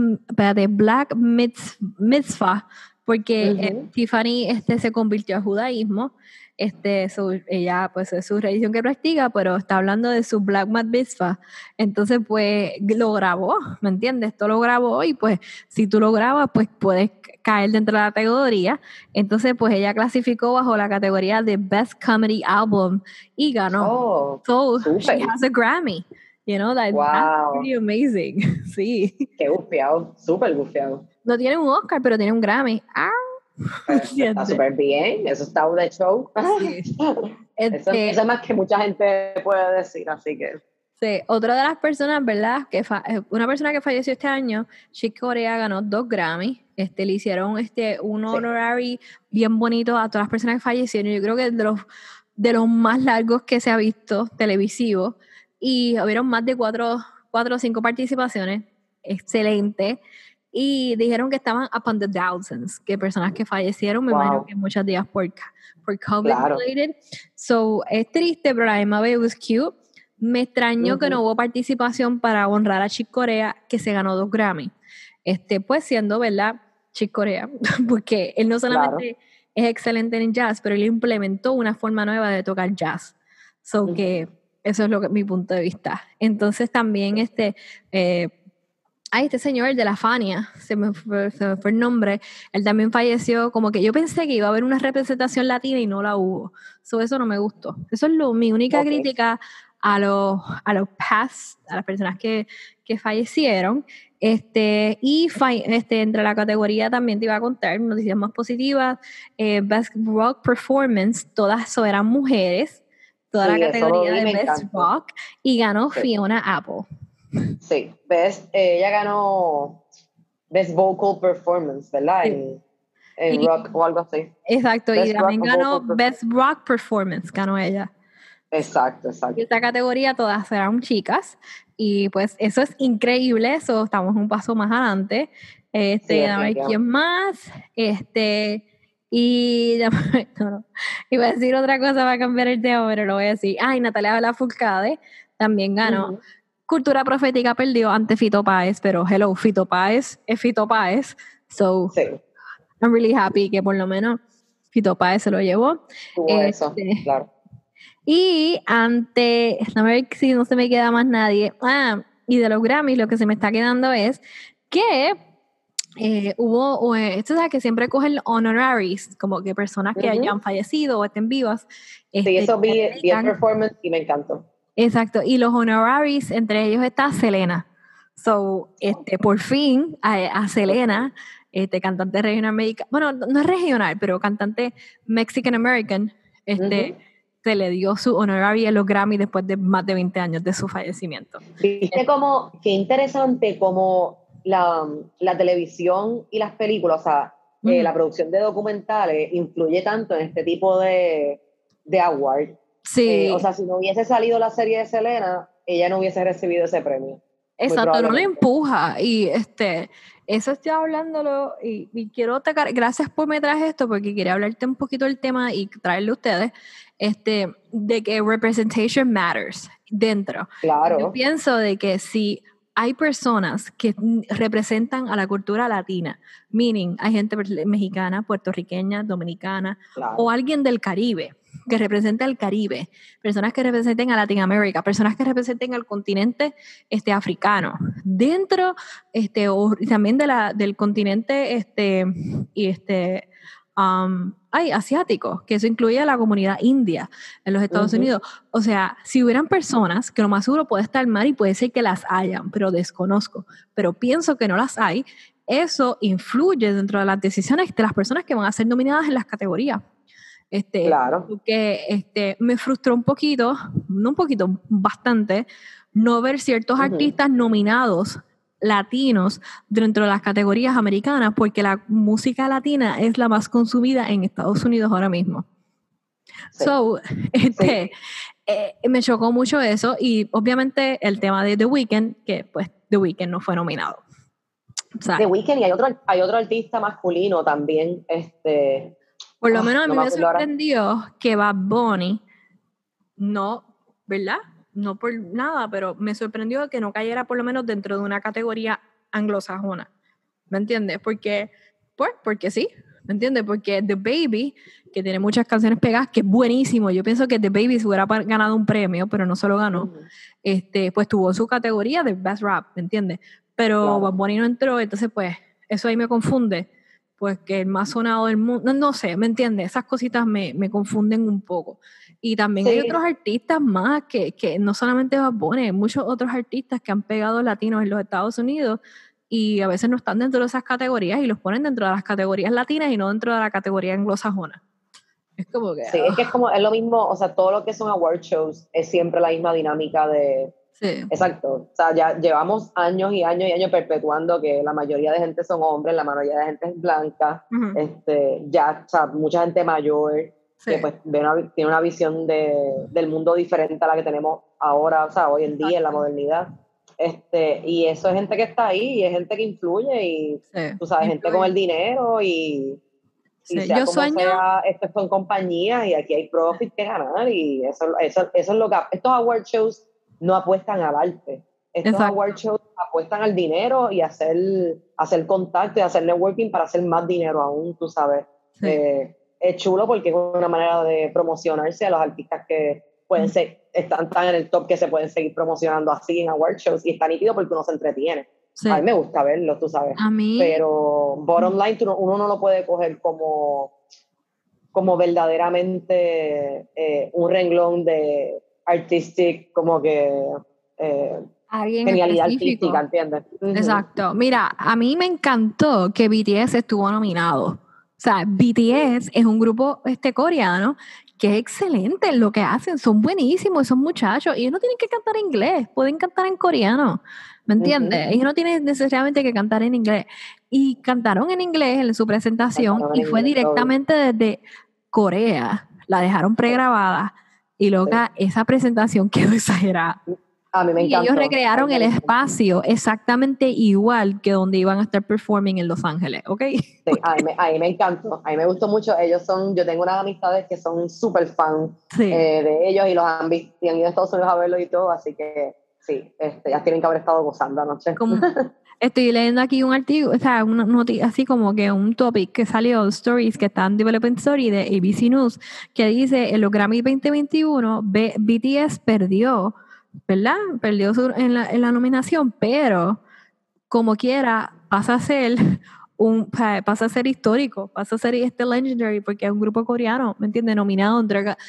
Mitzvah, porque Tiffany se convirtió al judaísmo. Ella pues es su religión que practica, pero está hablando de su Black Mitzvah. Entonces pues lo grabó, ¿me entiendes? Esto lo grabó y pues si tú lo grabas pues puedes caer dentro de la categoría. Entonces pues ella clasificó bajo la categoría de Best Comedy Album y ganó. Oh, she has a Grammy. That's Wow. pretty amazing. Sí. Qué gufiado, súper gufiado. No tiene un Oscar, pero tiene un Grammy. Está ¿Entiendes? súper bien, eso está de show. Sí. Eso es más que mucha gente puede decir, así que. Sí, otra de las personas, ¿verdad? Una persona que falleció este año, Chick Corea, ganó 2 Grammy. Le hicieron un honorary bien bonito a todas las personas que fallecieron. Yo creo que es de los más largos que se ha visto televisivo. Y hubieron más de 4 o 5 participaciones. Excelente. Y dijeron que estaban upon the thousands, que personas que fallecieron, me imagino que muchos días por COVID Claro. related. So, es triste, pero a la misma vez it was cute. Me extrañó que no hubo participación para honrar a Chick Corea, que se ganó 2 Grammy. Pues siendo, ¿verdad? Chick Corea, porque él no solamente es excelente en jazz, pero él implementó una forma nueva de tocar jazz. So que eso es mi punto de vista. Entonces también este señor de la Fania, se me fue el nombre, él también falleció, como que yo pensé que iba a haber una representación latina y no la hubo. Eso no me gustó. Eso es mi única crítica a los past, a las personas que fallecieron. Entre la categoría también te iba a contar noticias más positivas. Best Rock Performance, todas eran mujeres, toda la categoría de Best Rock, y ganó Fiona Apple. Sí, ella ganó Best Vocal Performance, ¿verdad? Sí. En rock o algo así. Exacto, y también ganó Best Rock Performance, ganó ella. Exacto. Y esta categoría todas eran chicas, y pues eso es increíble, eso estamos un paso más adelante. A ver quién más, y no, iba a decir otra cosa para cambiar el tema, pero lo voy a decir. Y Natalia Lafourcade también ganó. Cultura Profética perdió ante Fito Páez, pero hello, Fito Páez es Fito Páez, so I'm really happy que por lo menos Fito Páez se lo llevó. Eso, claro. Y a ver si no se me queda más nadie. Y de los Grammys lo que se me está quedando es que hubo, esto es que siempre cogen honoraries, como que personas que hayan fallecido o estén vivas. Sí, eso vi el performance y me encantó. Exacto, y los honoraries, entre ellos está Selena. So, por fin a Selena, cantante regional mexicana, bueno, no es regional, pero cantante Mexican American, se le dio su honorario en los Grammy después de más de 20 años de su fallecimiento. Viste qué interesante como la televisión y las películas, o sea, la producción de documentales influye tanto en este tipo de award. Sí. O sea, si no hubiese salido la serie de Selena, ella no hubiese recibido ese premio. Exacto, no le empuja. Y eso estoy hablándolo y quiero atacar. Gracias por me traer esto, porque quería hablarte un poquito del tema y traerle a ustedes de que representation matters dentro. Claro. Yo pienso de que si hay personas que representan a la cultura latina, meaning hay gente mexicana, puertorriqueña, dominicana, o alguien del Caribe que represente al Caribe, personas que representen a Latinoamérica, personas que representen al continente africano, dentro o también del continente asiático, que eso incluye a la comunidad india en los Estados Unidos. O sea, si hubieran personas, que lo más seguro puede estar mal y puede ser que las hayan, pero desconozco, pero pienso que no las hay, eso influye dentro de las decisiones de las personas que van a ser nominadas en las categorías. Claro. Porque me frustró un poquito, no un poquito, bastante, no ver ciertos artistas nominados latinos dentro de las categorías americanas, porque la música latina es la más consumida en Estados Unidos ahora mismo. Sí. So, me chocó mucho eso, y obviamente el tema de The Weeknd, que pues The Weeknd no fue nominado. O sea, The Weeknd, y hay otro artista masculino también, por lo menos a mí me sorprendió que Bad Bunny no, ¿verdad? No por nada, pero me sorprendió que no cayera por lo menos dentro de una categoría anglosajona. ¿Me entiendes? Porque sí, ¿me entiendes? Porque The Baby, que tiene muchas canciones pegadas, que es buenísimo. Yo pienso que The Baby se hubiera ganado un premio, pero no se lo ganó. Pues tuvo su categoría de Best Rap, ¿me entiendes? Pero Bad Bunny no entró, entonces pues eso ahí me confunde. Pues que el más sonado del mundo, no sé, ¿me entiendes? Esas cositas me confunden un poco. Y también Sí. hay otros artistas más que no solamente Bad Bunny, hay muchos otros artistas que han pegado latinos en los Estados Unidos y a veces no están dentro de esas categorías y los ponen dentro de las categorías latinas y no dentro de la categoría anglosajona. Es como que... Sí, es que es lo mismo, o sea, todo lo que son award shows es siempre la misma dinámica de... Sí. Exacto, o sea, ya llevamos años y años y años perpetuando que la mayoría de gente son hombres, la mayoría de gente es blanca, ya, o sea, mucha gente mayor que pues tiene una visión del mundo diferente a la que tenemos ahora, o sea, hoy en día, en la modernidad. Y eso es gente que está ahí y es gente que influye y, tú sabes, gente con el dinero y sea yo como sueño... sea, estas son compañías y aquí hay profit que ganar y eso es lo que... Estos award shows no apuestan al arte. Estos award shows apuestan al dinero y hacer contacto y hacer networking para hacer más dinero aún, tú sabes. Es chulo porque es una manera de promocionarse a los artistas que pueden ser, están tan en el top que se pueden seguir promocionando así en award shows y está nítido porque uno se entretiene. A mí me gusta verlo, tú sabes. A mí... Pero bottom line, uno no lo puede coger como verdaderamente un renglón de artistic, como que genialidad artística, ¿entiendes? Exacto. Mira, a mí me encantó que BTS estuvo nominado. O sea, BTS es un grupo coreano que es excelente en lo que hacen, son buenísimos esos muchachos y ellos no tienen que cantar en inglés, pueden cantar en coreano, ¿me entiendes? Ellos no tienen necesariamente que cantar en inglés y cantaron en inglés en su presentación y fue directamente desde Corea, la dejaron pregrabada y loca, esa presentación quedó exagerada. A mí me encantó. Y ellos recrearon el espacio exactamente igual que donde iban a estar performing en Los Ángeles, ¿ok? Sí, a mí me encantó, a mí me gustó mucho. Yo tengo unas amistades que son súper fan de ellos y los han visto y han ido a Estados Unidos a verlos y todo, así que sí, ya tienen que haber estado gozando anoche. Estoy leyendo aquí un artículo, o sea, así como que un topic que salió, stories que están developing story de ABC News, que dice en los Grammy 2021 BTS perdió, ¿verdad? Perdió en la nominación, pero como quiera pasa a ser histórico, pasa a ser legendary porque es un grupo coreano, ¿me entiendes? Nominado,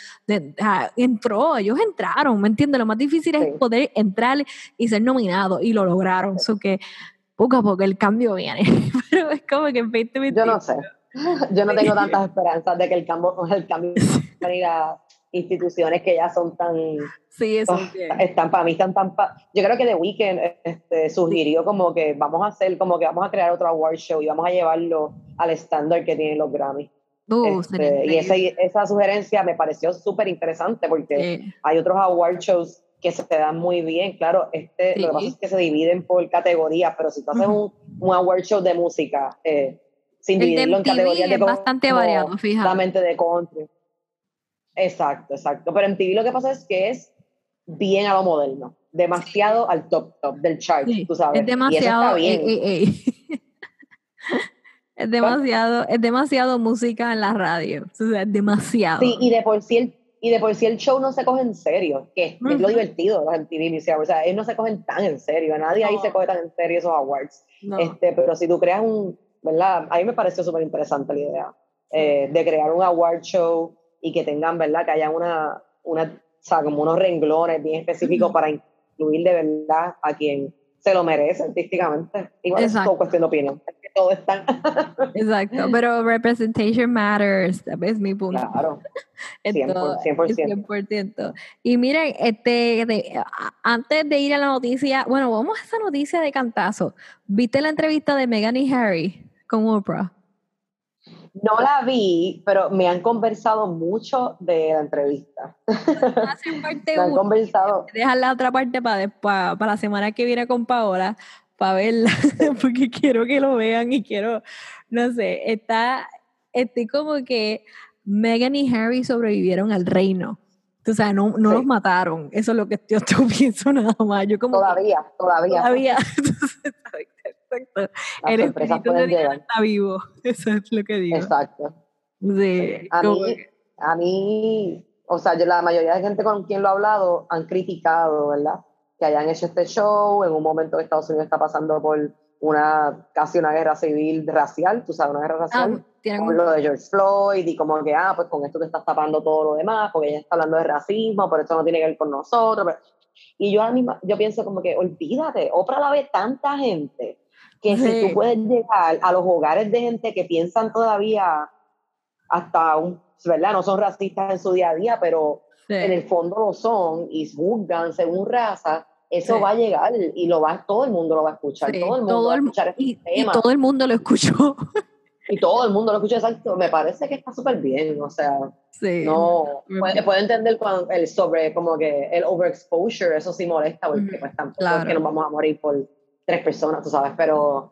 ellos entraron, ¿me entiendes? Lo más difícil es poder entrar y ser nominado y lo lograron, so que poco a poco el cambio viene, pero es como que en 2021. Yo no sé, yo no tengo tantas esperanzas de que el cambio venga a instituciones que ya son tan... Sí, eso están para mí, yo creo que The Weeknd sugirió como que vamos a crear otro award show y vamos a llevarlo al estándar que tienen los Grammy. Y esa sugerencia me pareció súper interesante porque hay otros award shows que se te dan muy bien, claro, lo que pasa es que se dividen por categorías, pero si tú haces un award show de música, sin dividirlo en categorías es bastante variado, fíjate. Solamente de country. Exacto, pero en TV lo que pasa es que es bien a lo moderno, demasiado al top del chart, tú sabes. Es demasiado, y eso está bien. Es demasiado música en la radio, o sea, es demasiado. Sí, y de por sí el show no se coge en serio, que es lo divertido de los MTV Music Awards. O sea, ellos no se cogen tan en serio, nadie ahí se coge tan en serio esos awards. Pero si tú creas ¿verdad? A mí me pareció súper interesante la idea de crear un award show y que tengan, ¿verdad? Que haya o sea, como unos renglones bien específicos para incluir de verdad a quien se lo merece artísticamente. Igual es todo cuestión de opinión. Es que todo está... Exacto, pero representation matters, es mi punto. Claro, 100%. 100%. Y miren, antes de ir a la noticia, bueno, vamos a esa noticia de cantazo. ¿Viste la entrevista de Meghan y Harry con Oprah? No la vi, pero me han conversado mucho de la entrevista. Hacen parte me han conversado. Dejar la otra parte para la semana que viene con Paola, para verla, porque quiero que lo vean y quiero, no sé, estoy como que Meghan y Harry sobrevivieron al reino. O sea, no los mataron. Eso es lo que yo pienso nada más. Yo como todavía. Exacto. El espíritu de Dios está vivo. Eso es lo que digo. Exacto. Sí. A mí, o sea, la mayoría de gente con quien lo he hablado han criticado, ¿verdad? Que hayan hecho este show en un momento que Estados Unidos está pasando por casi una guerra civil racial, tú sabes, una guerra racial, con lo de George Floyd, y como que, pues con esto te estás tapando todo lo demás, porque ella está hablando de racismo, pero eso no tiene que ver con nosotros. Y yo pienso como que, olvídate, Oprah la ve tanta gente, que si tú puedes llegar a los hogares de gente que piensan todavía ¿verdad? No son racistas en su día a día, pero en el fondo lo son, y juzgan según raza, eso va a llegar y todo el mundo lo va a escuchar, todo el mundo va a escuchar este tema. Y todo el mundo lo escuchó. Y todo el mundo lo escuchó, exacto. Me parece que está súper bien, o sea, no, puedo entender cuando como que el overexposure, eso sí molesta, porque pues tampoco es que nos vamos a morir por 3 personas, tú sabes, pero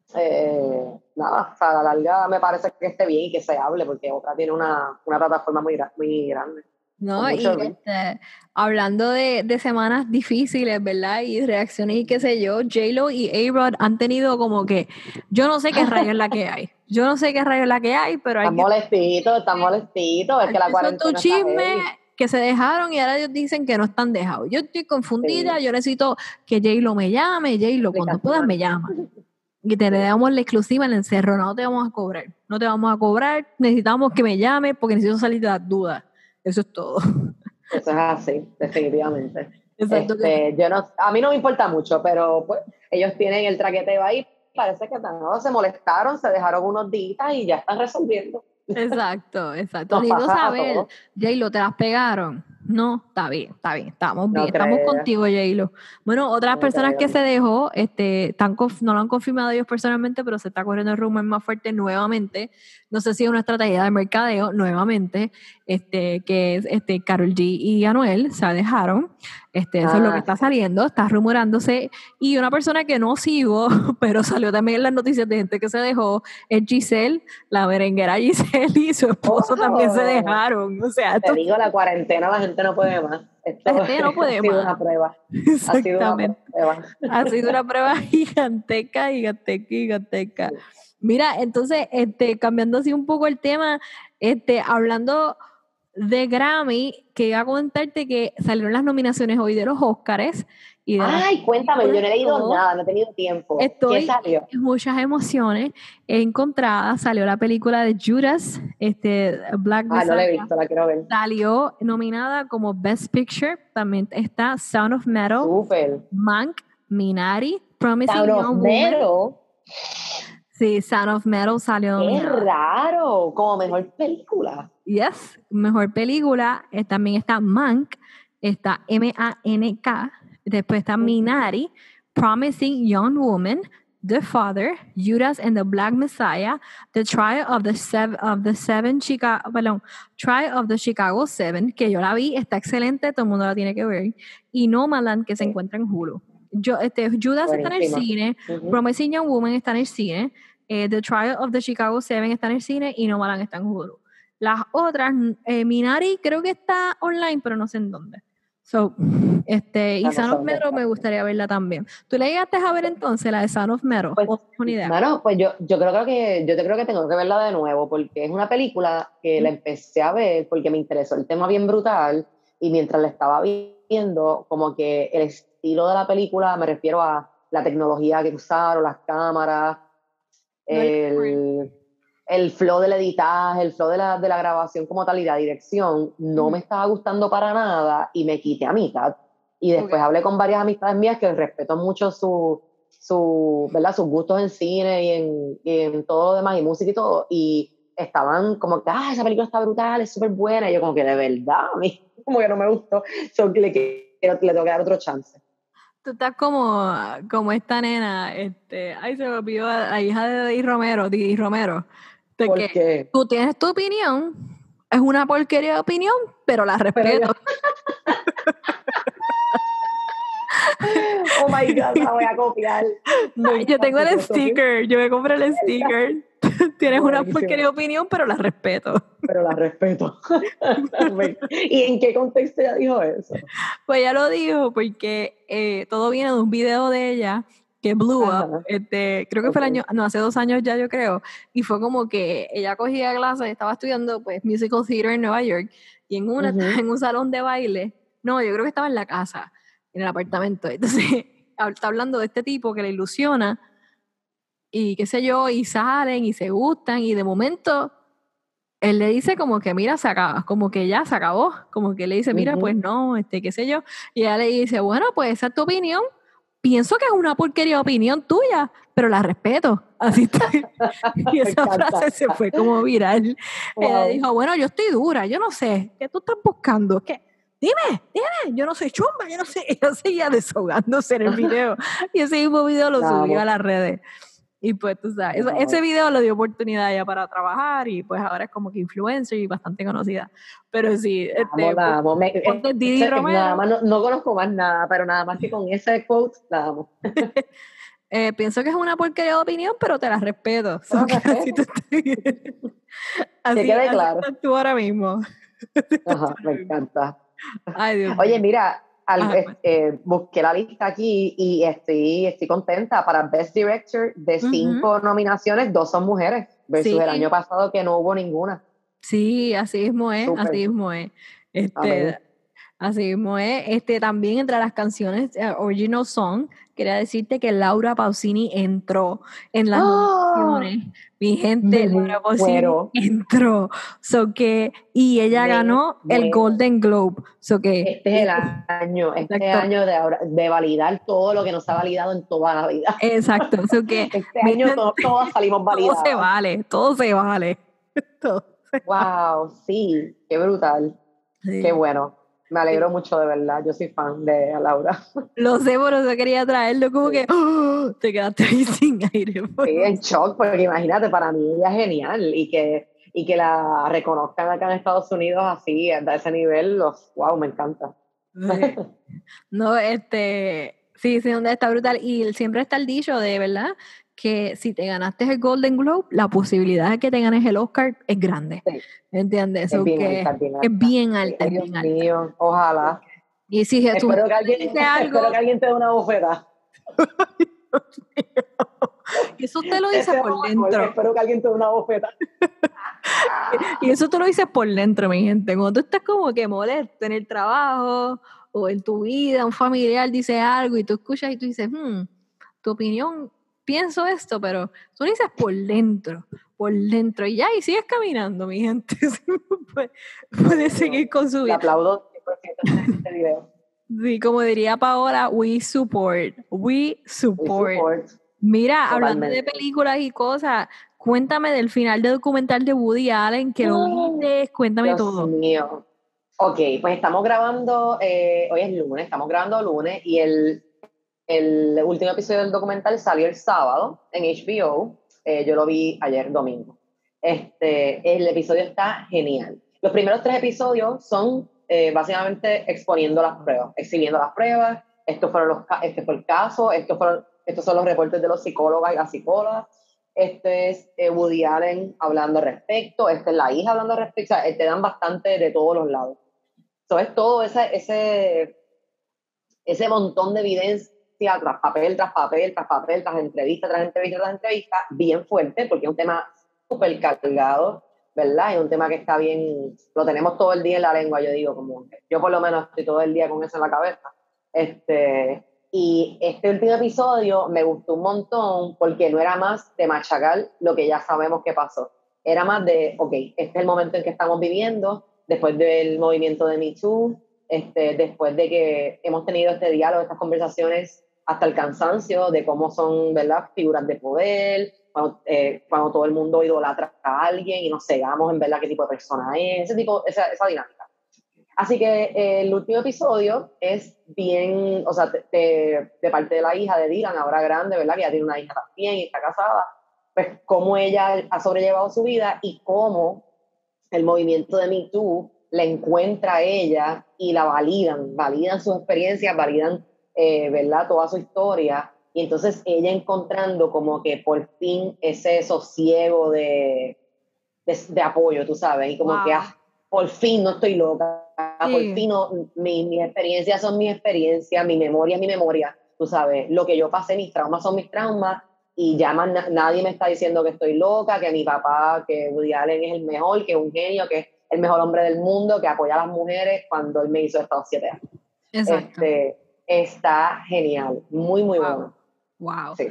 nada, o sea, a la larga me parece que esté bien y que se hable, porque Oprah tiene una plataforma muy grande. No, y hablando de semanas difíciles, ¿verdad? Y reacciones y qué sé yo, J-Lo y A-Rod han tenido como que, yo no sé qué rayo es la que hay. Yo no sé qué rayo es la que hay, pero hay están molestitos, es que la cuarentena está heavy. Que se dejaron y ahora ellos dicen que no están dejados. Yo estoy confundida, yo necesito que J-Lo me llame, J-Lo, cuando puedas me llama. Y te le damos la exclusiva en el encerro, no te vamos a cobrar. No te vamos a cobrar, necesitamos que me llame porque necesito salir de las dudas. Eso es todo. Eso es así, definitivamente. Exacto. A mí no me importa mucho, pero pues ellos tienen el traqueteo ahí, parece que se molestaron, se dejaron unos días y ya están resolviendo. Exacto. Necesito saber, J-Lo, ¿te las pegaron? No, está bien, estamos bien, estamos contigo, J-Lo. Bueno, otras personas que se dejó, no lo han confirmado ellos personalmente, pero se está corriendo el rumor más fuerte nuevamente. No sé si es una estrategia de mercadeo, nuevamente, que es Karol G y Anuel se dejaron. Eso es lo que está saliendo, está rumorándose. Y una persona que no sigo, pero salió también en las noticias de gente que se dejó, es Giselle, la merenguera Giselle y su esposo también se dejaron. O sea, te digo, la cuarentena, la gente no puede más. La gente no puede ha sido una prueba. Exactamente. Ha sido una prueba gigantesca. Mira, entonces, cambiando así un poco el tema, hablando de Grammy, que iba a contarte que salieron las nominaciones hoy de los Óscares. Cuéntame, yo no he leído nada, no he tenido tiempo. ¿Qué salió? Muchas emociones encontradas. Salió la película de Judas, Black Messiah. No la he visto, la quiero ver. Salió nominada como Best Picture. También está Sound of Metal, Mank, Minari, Promising Young Woman. Sí, Sound of Metal salió nominada. ¡Qué raro! Como mejor película. Yes, mejor película. También está Mank, está M-A-N-K. Después está Minari, Promising Young Woman, The Father, Judas and the Black Messiah, The Trial of the Chicago 7, que yo la vi, está excelente, todo el mundo la tiene que ver, y Nomadland, que se encuentra en Hulu. Judas está en el cine, Promising Young Woman está en el cine, The Trial of the Chicago 7 está en el cine y Nomadland está en Hulu. Las otras, Minari creo que está online, pero no sé en dónde. Y Sound of Metal me gustaría verla también. ¿Tú le llegaste a ver entonces la de Sound of Metal? Pues, una idea. Bueno, pues yo creo que tengo que verla de nuevo, porque es una película que la empecé a ver porque me interesó el tema bien brutal, y mientras la estaba viendo, como que el estilo de la película, me refiero a la tecnología que usaron, las cámaras, el flow del editaje, el flow de la grabación como tal y la dirección, no me estaba gustando para nada y me quité a mitad. Y después hablé con varias amistades mías que respeto mucho ¿verdad? Sus gustos en cine y en todo lo demás, y música y todo, y estaban como que, esa película está brutal, es súper buena, y yo como que de verdad, a mí como que no me gustó, le tengo que dar otro chance. Tú estás como esta nena, se me olvidó, la hija de Didi Romero. ¿Por qué? Tú tienes tu opinión, es una porquería de opinión, pero la respeto. Oh my God, la voy a copiar. Yo tengo el sticker, yo me compré el sticker. Tienes una porquería de opinión, pero la respeto. ¿Y en qué contexto ella dijo eso? Pues ella lo dijo porque todo viene de un video de ella que blew up, creo que fue hace 2 años ya, yo creo, y fue como que ella cogía clases, estaba estudiando pues musical theater en Nueva York, y en un salón de baile, no, yo creo que estaba en la casa, en el apartamento, entonces está hablando de este tipo que le ilusiona y qué sé yo, y salen y se gustan y de momento él le dice como que mira, se acaba, como que ya se acabó, como que le dice, mira, pues no, qué sé yo, y ella le dice, bueno, pues esa es tu opinión, pienso que es una porquería de opinión tuya, pero la respeto, así está. Y Me esa encanta. frase se fue como viral. Ella Wow. dijo, bueno, yo estoy dura, yo no sé, ¿qué tú estás buscando? ¿Qué? Dime, yo no soy chumba, yo no sé. Ella seguía desahogándose en el video y ese mismo video lo subió a Vamos. las redes. Y pues tú sabes, ese Wow. video le dio oportunidad ya para trabajar y pues ahora es como que influencer y bastante conocida. Pero sí, La amo. ponte Didi Nada Romero. más, no conozco más nada, pero nada más que con ese quote la amo. Pienso que es una porquería de opinión, pero te la respeto. So, Bueno, que así, respeto. Que quede así claro. estás tú ahora mismo. Así estás tú Ajá, me ahora mismo. encanta. Ay, Dios Oye, mío. mira, Ajá, pues. busqué la lista aquí y estoy contenta. Para Best Director, de Ujú. 5 nominaciones, 2 son mujeres, versus el Sí, año pasado que no hubo ninguna. sí, así mismo es, así Súper. mismo es. Amén. Este, Así mismo es. También entre las canciones Original Song, quería decirte que Laura Pausini entró en las ¡Ah! nominaciones. Mi gente, Me Laura Pausini muero, entró. Y ella me ganó el muero. Golden Globe. Este es el año, Exacto, de validar todo lo que nos ha validado en toda la vida. exacto. Este Mi año gente, todas salimos todo se validadas. vale, todo se vale. Todo se vale. Wow, sí, qué brutal, qué Sí. bueno. Me alegro Sí. mucho de verdad. Yo soy fan de Laura. Lo sé, por eso quería traerlo, como que Sí. ¡oh! Te quedaste ahí sin aire. Sí, en shock, porque imagínate, para mí ella es genial y que la reconozcan acá en Estados Unidos así, a ese nivel, wow, me encanta. Sí. No, sí, sí, donde está brutal. Y siempre está el dicho de verdad que si te ganaste el Golden Globe, la posibilidad de que te ganes el Oscar es grande. Sí, ¿Entiendes? es Eso bien que alta, es bien es alta. bien Sí, alta, ay, es Dios bien alta. mío, ojalá. Y si Jesucristo te dice algo, Espero que alguien te dé una bofeta. y eso usted lo dice Deseo por lo mejor, dentro. espero que alguien te dé una bofeta. Y eso tú lo dices por dentro, mi gente. Cuando tú estás como que molesto en el trabajo o en tu vida, un familiar dice algo y tú escuchas y tú dices, tu opinión, pienso esto, pero tú lo dices por dentro y ya, y sigues caminando, mi gente. Puedes seguir con su Le vida. aplaudo 100% este video. Sí, como diría Paola, we support, we We support. support, Mira, hablando de totalmente. películas y cosas, cuéntame del final del documental de Woody Allen, que lo Ay, viste, cuéntame Dios todo. mío. Ok, pues estamos grabando, hoy es lunes, estamos grabando lunes y el último episodio del documental salió el sábado en HBO. Yo lo vi ayer domingo. El episodio está genial. Los primeros 3 episodios son básicamente exponiendo las pruebas, exhibiendo las pruebas. Este fue el caso, estos son los reportes de los psicólogos y las psicólogas. Este es Woody Allen hablando al respecto, esta es la hija hablando al respecto, o sea, te dan bastante de todos los lados. Eso es todo ese montón de evidencia tras papel, tras papel, tras papel, tras entrevista, tras entrevista, tras entrevista, bien fuerte, porque es un tema súper cargado, ¿verdad? Es un tema que está bien, lo tenemos todo el día en la lengua, yo digo, como yo por lo menos estoy todo el día con eso en la cabeza. Y este último episodio me gustó un montón porque no era más de machacar lo que ya sabemos que pasó. Era más de, ok, este es el momento en que estamos viviendo, después del movimiento de Me Too, después de que hemos tenido este diálogo, estas conversaciones hasta el cansancio de cómo son, ¿verdad?, figuras de poder, cuando todo el mundo idolatra a alguien y nos cegamos en verdad qué tipo de persona es, esa dinámica. Así que el último episodio es bien, o sea, de parte de la hija de Dylan, ahora grande, ¿verdad?, que ya tiene una hija también y está casada, pues cómo ella ha sobrellevado su vida y cómo el movimiento de Me Too la encuentra a ella y la validan sus experiencias, validan, ¿verdad?, toda su historia. Y entonces ella encontrando como que por fin ese sosiego de apoyo, tú sabes, y como que, Wow. por fin no estoy loca, por Sí, fin no, mis experiencias son mis experiencias, mi memoria es mi memoria, tú sabes, lo que yo pasé, mis traumas son mis traumas, y ya más nadie me está diciendo que estoy loca, que mi papá, que Woody Allen es el mejor, que es un genio, que es el mejor hombre del mundo, que apoya a las mujeres cuando él me hizo estos 7 años. exacto. Está genial, muy, muy Wow. bueno. Wow. Sí.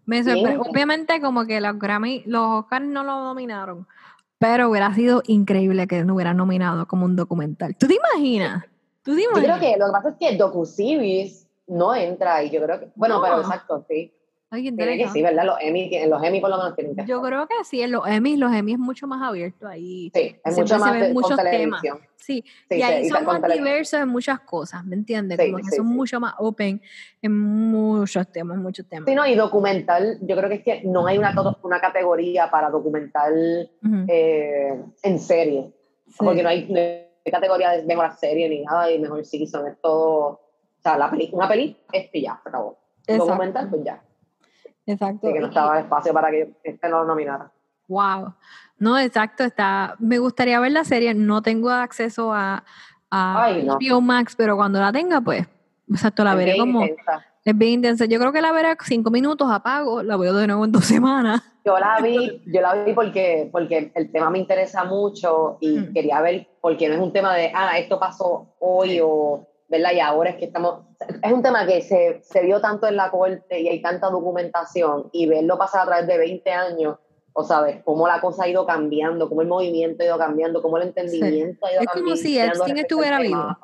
Me sorprende. Obviamente como que los Grammy, los Oscars no lo nominaron, pero hubiera sido increíble que no hubieran nominado como un documental. ¿Tú te imaginas? Yo creo que lo que pasa es que docu-series no entra ahí. Yo creo que, bueno, No. pero exacto, sí. Ay, Tiene que sí, ¿verdad? Los Emmy por lo menos tienen que yo estar. creo que sí, en los Emmy es mucho más abierto ahí. Sí, es Siempre mucho se más ven con muchos temas. televisión. Sí, Sí, y ahí y son con más televisión. diversos en muchas cosas, ¿me entiendes? Sí, Como que sí, son sí. mucho más open en muchos temas, muchos temas. Sí, no, y documental, yo creo que es que no hay una categoría para documental Ujú. en serie. Sí. Porque no hay categoría de mejor serie ni nada, y mejor season, es todo. O sea, una peli, y ya, se acabó. Un Exacto. documental, pues ya. Exacto. Así que no estaba espacio para que este no lo nominara. Wow. No, exacto, me gustaría ver la serie, no tengo acceso a Ay, no. HBO Max, pero cuando la tenga, pues, exacto, la Es veré bien como, intensa. es bien intensa. Yo creo que la veré 5 minutos, apago, la veo de nuevo en 2 semanas. Yo la vi porque el tema me interesa mucho y quería ver, porque no es un tema de, esto pasó hoy Sí. o, ¿verdad? Y ahora es que estamos, es un tema que se vio tanto en la corte y hay tanta documentación y verlo pasar a través de 20 años, o sabes, cómo la cosa ha ido cambiando, cómo el movimiento ha ido cambiando, cómo el Sí. entendimiento ha ido Es como si cambiando Epstein respecto al estuviera tema. vivo.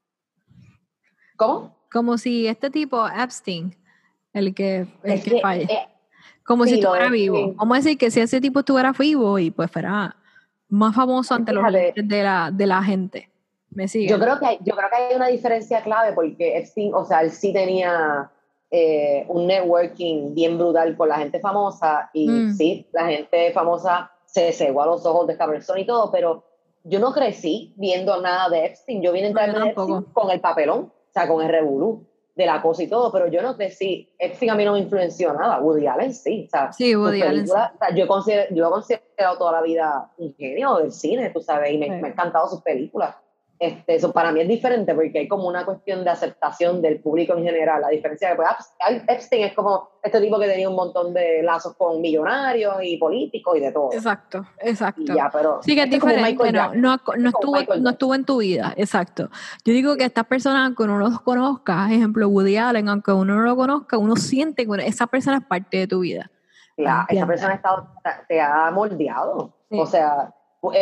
¿Cómo? Como si este tipo, Epstein, el que falle, como si Sí, lo estuviera de vivo. Epstein. Vamos a decir que si ese tipo estuviera vivo y pues fuera más famoso ante los Fíjate, lentes de la gente. ¿Me sigue? yo creo que hay una diferencia clave porque Epstein, o sea, él sí tenía un networking bien brutal con la gente famosa y sí, la gente famosa se cegó a los ojos de esta persona y todo, pero yo no crecí viendo nada de Epstein. Yo vine a enterarme de Epstein con el papelón, o sea, con el revolú de la cosa y todo, pero yo no crecí. Epstein a mí no me influenció nada. Woody Allen sí, o sea, Sí, Woody Allen, sí. O sea, yo lo he considerado toda la vida un genio del cine, tú sabes, y me han encantado sus películas. Eso para mí es diferente porque hay como una cuestión de aceptación del público en general. La diferencia de pues, Epstein es como este tipo que tenía un montón de lazos con millonarios y políticos y de todo. Exacto. Y ya, pero sí que es diferente, no estuvo en tu vida, exacto. Yo digo que estas personas, aunque uno los conozca, ejemplo Woody Allen, aunque uno no lo conozca, uno siente que esa persona es parte de tu vida. Claro, esa persona te ha moldeado. Sí. O sea,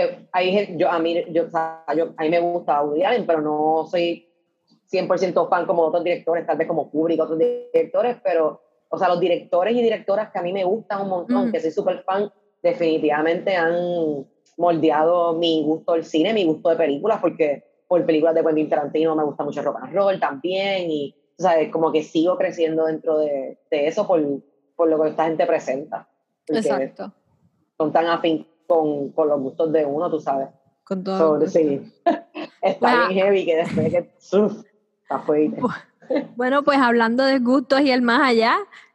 a mí me gusta Woody Allen, pero no soy 100% fan como otros directores, tal vez como Kubrick, otros directores, pero, o sea, los directores y directoras que a mí me gustan un montón, que soy súper fan, definitivamente han moldeado mi gusto del cine, mi gusto de películas, porque por películas de Quentin Tarantino me gusta mucho rock and roll también, y, o sea, como que sigo creciendo dentro de eso por lo que esta gente presenta. Exacto. Son tan afín con los gustos de uno, tú sabes. Con todo. Sí. Está bien heavy que después que está fuerte. Bueno, pues hablando de gustos y el más allá,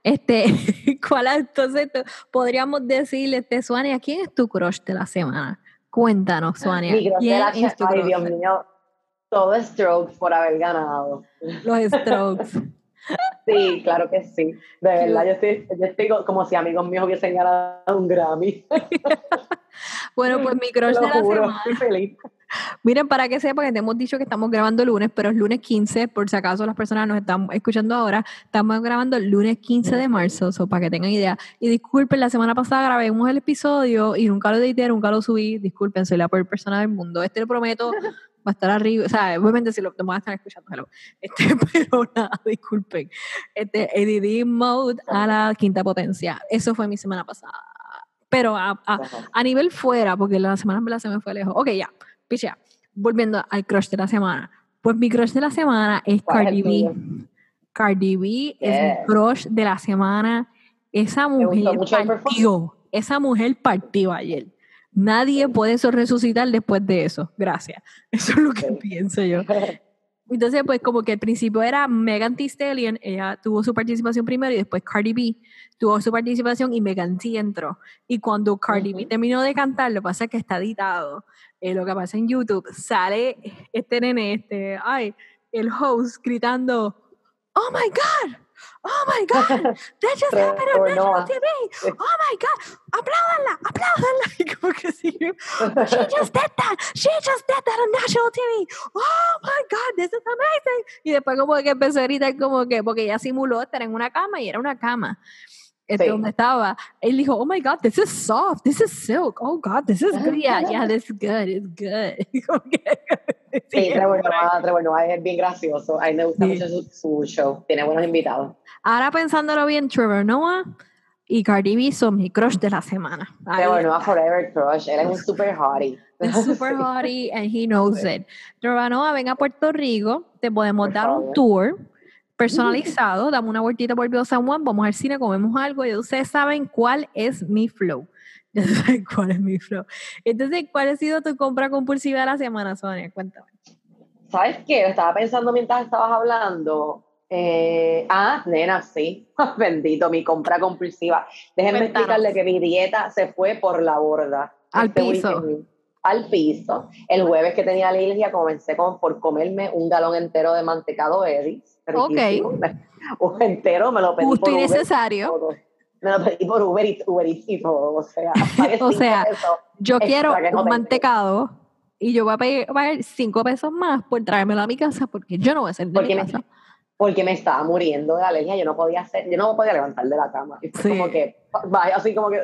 ¿cuál entonces podríamos decirle, Suania, quién es tu crush de la semana? Cuéntanos, Suania. Mi crush de la semana, ay Dios mío, todo Strokes por haber ganado. Los Strokes. Sí, claro que sí. De verdad, yo estoy como si amigos míos hubiesen ganado un Grammy. Bueno, pues mi crush de la semana. Estoy feliz. Miren, para que sepan que te hemos dicho que estamos grabando el lunes, pero es lunes 15, por si acaso las personas nos están escuchando ahora, estamos grabando el lunes 15 de marzo, para que tengan idea. Y disculpen, la semana pasada grabamos el episodio y nunca lo edité, nunca lo subí, disculpen, soy la peor persona del mundo. Lo prometo, va a estar arriba, o sea, obviamente si lo van a estar escuchando, pero nada, disculpen. Editing mode a la quinta potencia. Eso fue mi semana pasada. Pero a nivel fuera, porque la semana en verdad se me fue lejos. Ok, ya. Pichea, volviendo al crush de la semana. Pues mi crush de la semana es Cardi B. Cardi B es mi crush de la semana. Esa mujer partió. Esa mujer partió ayer. Nadie puede resucitar después de eso. Gracias. Eso es lo que pienso yo. Entonces, pues como que al principio era Megan Thee Stallion, ella tuvo su participación primero y después Cardi B tuvo su participación y Megan Thee entró. Y cuando Cardi B terminó de cantar, lo que pasa es que está editado. Lo que pasa en YouTube, sale este nene, el host gritando, "Oh my God! Oh my God! That just happened on National TV! Oh my God! ¡Apláudanla! Y como que sí, She just did that on National TV! Oh my God, this is amazing! Y después como que empezó a gritar como que, porque ella simuló estar en una cama y era una cama. donde estaba, él dijo, oh my God, this is soft, this is silk, oh God, this is good, yeah, this is good, it's good. Sí, Trevor Noah es bien gracioso, a mí me gusta mucho su show, tiene buenos invitados. Ahora pensándolo bien, Trevor Noah y Cardi B son mi crush de la semana. Trevor Noah forever crush, él es un super hottie. Es super hottie and he knows it. Trevor Noah, ven a Puerto Rico, te podemos dar un tour personalizado, dame una vueltita por Viejo San Juan, vamos al cine, comemos algo y ustedes saben cuál es mi flow. Ya saben cuál es mi flow. Entonces, ¿cuál ha sido tu compra compulsiva de la semana, Sonia? Cuéntame. ¿Sabes qué? Estaba pensando mientras estabas hablando. Nena, sí. Bendito, mi compra compulsiva. Déjenme explicarle que mi dieta se fue por la borda. Al piso. Weekend, al piso. El jueves que tenía alergia comencé por comerme un galón entero de mantecado Edis. Riquísimo. Un entero, me lo pedí justo por y necesario. Uber. Me lo pedí por Uber y todo. O sea, yo quiero un mantecado y yo voy a pagar 5 pesos más por traérmelo a mi casa porque yo no voy a hacer de mi casa. Porque me estaba muriendo de alergia, yo no podía levantar de la cama. Como que, así como que...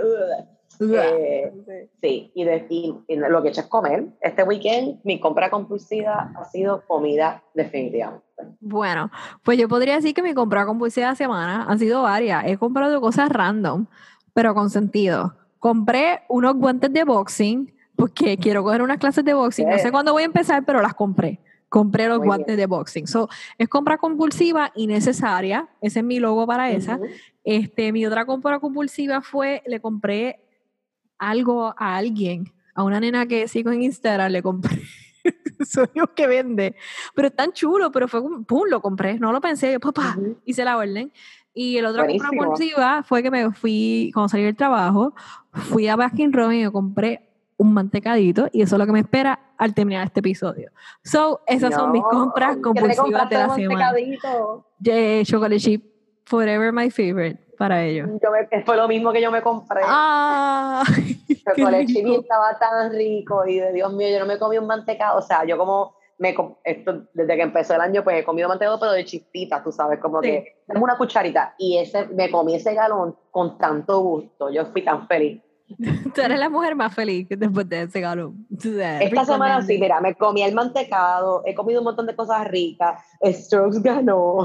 sí, y lo que he hecho es comer. Este weekend mi compra compulsiva ha sido comida definitivamente. Bueno, pues yo podría decir que mi compra compulsiva de la semana han sido varias. He comprado cosas random, pero con sentido. Compré unos guantes de boxing porque quiero coger unas clases de boxing. No sé cuándo voy a empezar, pero las compré. Compré los guantes de boxing. Es compra compulsiva y necesaria. Ese es mi logo para esa. Mi otra compra compulsiva fue, le compré algo a alguien, a una nena que sigo en Instagram, le compré. Soy yo que vende. Pero es tan chulo, pero fue como, pum, lo compré. No lo pensé, yo, papá, hice la orden. Y el otro compra compulsiva fue que me fui, cuando salí del trabajo, fui a Baskin Robbins y me compré un mantecadito y eso es lo que me espera al terminar este episodio. Esas son mis compras compulsivas de la semana. Chocolate chip, forever my favorite para ellos. Fue lo mismo que yo me compré. Chocolate chip estaba tan rico y de Dios mío, yo no me comí un mantecado, o sea, yo como desde que empezó el año pues he comido mantecado pero de chispitas, tú sabes, como que dame una cucharita y me comí ese galón con tanto gusto, yo fui tan feliz. Tú eres la mujer más feliz después de ese galón. Esta semana sí, mira, me comí el mantecado, he comido un montón de cosas ricas, Strokes ganó.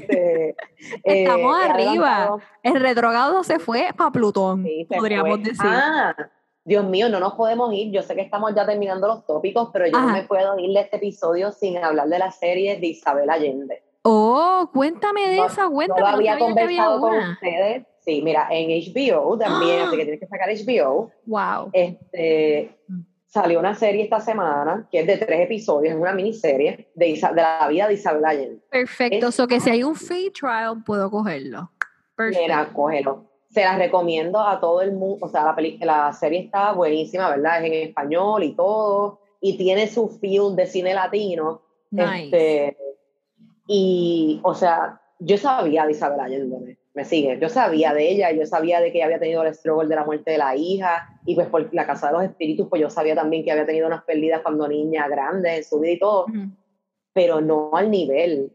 Estamos arriba. El retrogrado se fue para Plutón, sí, podríamos decir. Dios mío, no nos podemos ir. Yo sé que estamos ya terminando los tópicos, pero yo no me puedo ir de este episodio sin hablar de la serie de Isabel Allende. Oh, cuéntame de esa, cuéntame. No lo había conversado con ustedes. Sí, mira, en HBO también, así que tienes que sacar HBO. Wow. Salió una serie esta semana que es de 3 episodios, es una miniserie de la vida de Isabel Allende. Perfecto, que si hay un free trial puedo cogerlo. Perfecto. Mira, cógelo. Se las recomiendo a todo el mundo, o sea, la serie está buenísima, ¿verdad? Es en español y todo, y tiene su feel de cine latino. Nice. Y, o sea, yo sabía de Isabel Allende, me sigue, yo sabía de ella, yo sabía de que ella había tenido el struggle de la muerte de la hija, y pues por la Casa de los Espíritus, pues yo sabía también que había tenido unas pérdidas cuando niña grande en su vida y todo, pero no al nivel,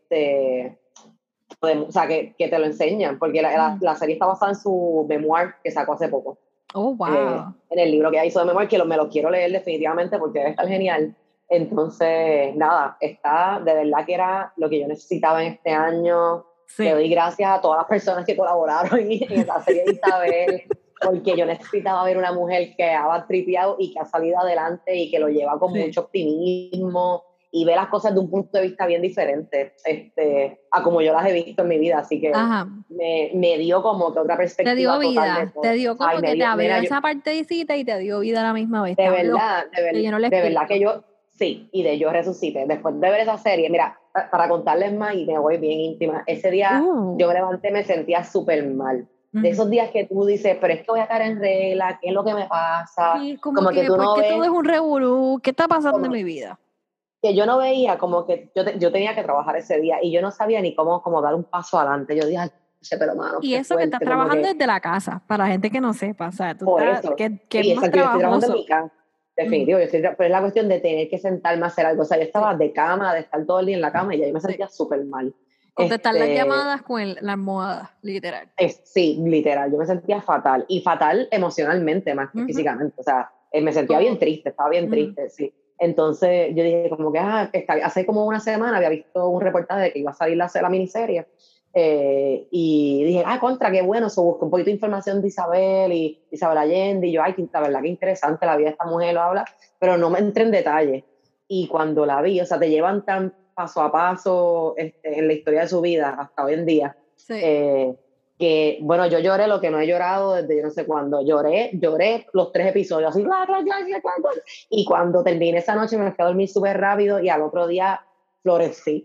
o sea, que te lo enseñan, porque la serie está basada en su memoir que sacó hace poco. Oh, wow. En el libro que ella hizo de memoir, que me lo quiero leer definitivamente porque debe estar genial. Entonces, nada, de verdad que era lo que yo necesitaba en este año. Sí. Le doy gracias a todas las personas que colaboraron en esa serie de Isabel, porque yo necesitaba ver una mujer que ha tripeado y que ha salido adelante y que lo lleva con mucho optimismo y ve las cosas de un punto de vista bien diferente a como yo las he visto en mi vida, así que me dio como que otra perspectiva. Te dio vida, te dio como que te abrió esa partecita y te dio vida a la misma vez. De verdad que yo, sí, y yo resucité. Después de ver esa serie, mira, para contarles más y me voy bien íntima, ese día yo me levanté y me sentía súper mal. De esos días que tú dices, pero es que voy a caer en regla, ¿qué es lo que me pasa? Sí, como que tú no ves, todo es un revolú, ¿qué está pasando en mi vida? Que yo no veía como que yo tenía que trabajar ese día y yo no sabía ni cómo dar un paso adelante. Yo dije, pero mano, y eso fuerte, que estás trabajando desde la casa, para la gente que no sepa, o sea, tú por estás, eso. que sí, es más trabajoso. Yo estoy trabajando en mi casa, definitivo, pero es la cuestión de tener que sentarme a hacer algo, o sea, yo estaba de cama, de estar todo el día en la cama y ya yo me sentía súper mal. Contestar las llamadas con la almohada, literal. Sí, literal. Yo me sentía fatal. Y fatal emocionalmente más que físicamente. O sea, me sentía bien triste, estaba bien triste, sí. Entonces yo dije como que hace como una semana había visto un reportaje de que iba a salir la miniserie. Y dije, contra, qué bueno. Busqué un poquito de información de Isabel Allende. Y yo, la verdad que interesante la vida de esta mujer, lo habla. Pero no me entré en detalle. Y cuando la vi, o sea, te llevan tan paso a paso en la historia de su vida hasta hoy en día, que, bueno, yo lloré lo que no he llorado desde yo no sé cuándo. Lloré los 3 episodios, así, y cuando terminé esa noche me fui a dormir súper rápido y al otro día florecí.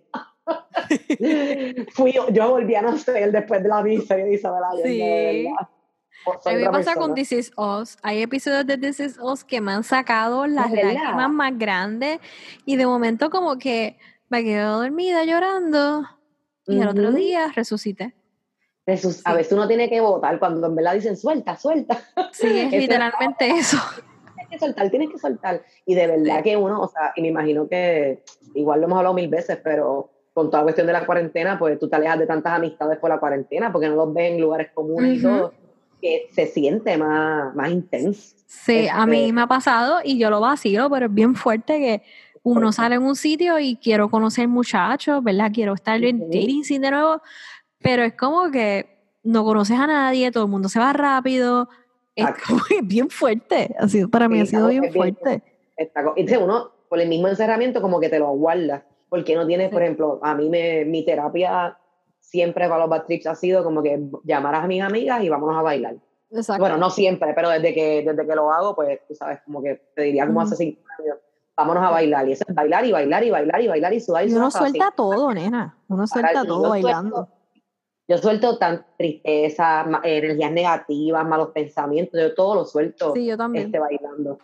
Yo volví a nacer después de la miniserie de Isabel Allende, de verdad. A mí me pasa con This Is Us. Hay episodios de This Is Us que me han sacado las lágrimas más grandes y de momento como que me quedo dormida llorando y al otro día resucité. A veces uno tiene que votar cuando en verdad dicen suelta. Sí, es literalmente eso. Tienes que soltar. Y de verdad que uno, o sea, y me imagino que igual lo hemos hablado 1000 veces, pero con toda cuestión de la cuarentena, pues tú te alejas de tantas amistades por la cuarentena porque no los ves en lugares comunes y todo, que se siente más intenso. Sí, a mí me ha pasado y yo lo vacilo, pero es bien fuerte que uno sale en un sitio y quiero conocer muchachos, ¿verdad? Quiero estar en dating scene de nuevo, pero es como que no conoces a nadie, todo el mundo se va rápido, es como bien fuerte, para mí ha sido bien fuerte. Y uno, por el mismo encerramiento, como que te lo guarda, porque no tienes, por ejemplo, a mí mi terapia siempre para los bad trips ha sido como que llamar a mis amigas y vámonos a bailar. Exacto. Bueno, no siempre, pero desde que lo hago, pues, tú sabes, como que te diría como hace 5 años, vámonos a bailar. Y eso es bailar y bailar y bailar y bailar y sudar. Y uno suelta todo, nena. Uno suelta todo bailando. Yo suelto tan tristeza, energías negativas, malos pensamientos, yo todo lo suelto. Sí, yo también. Bailando.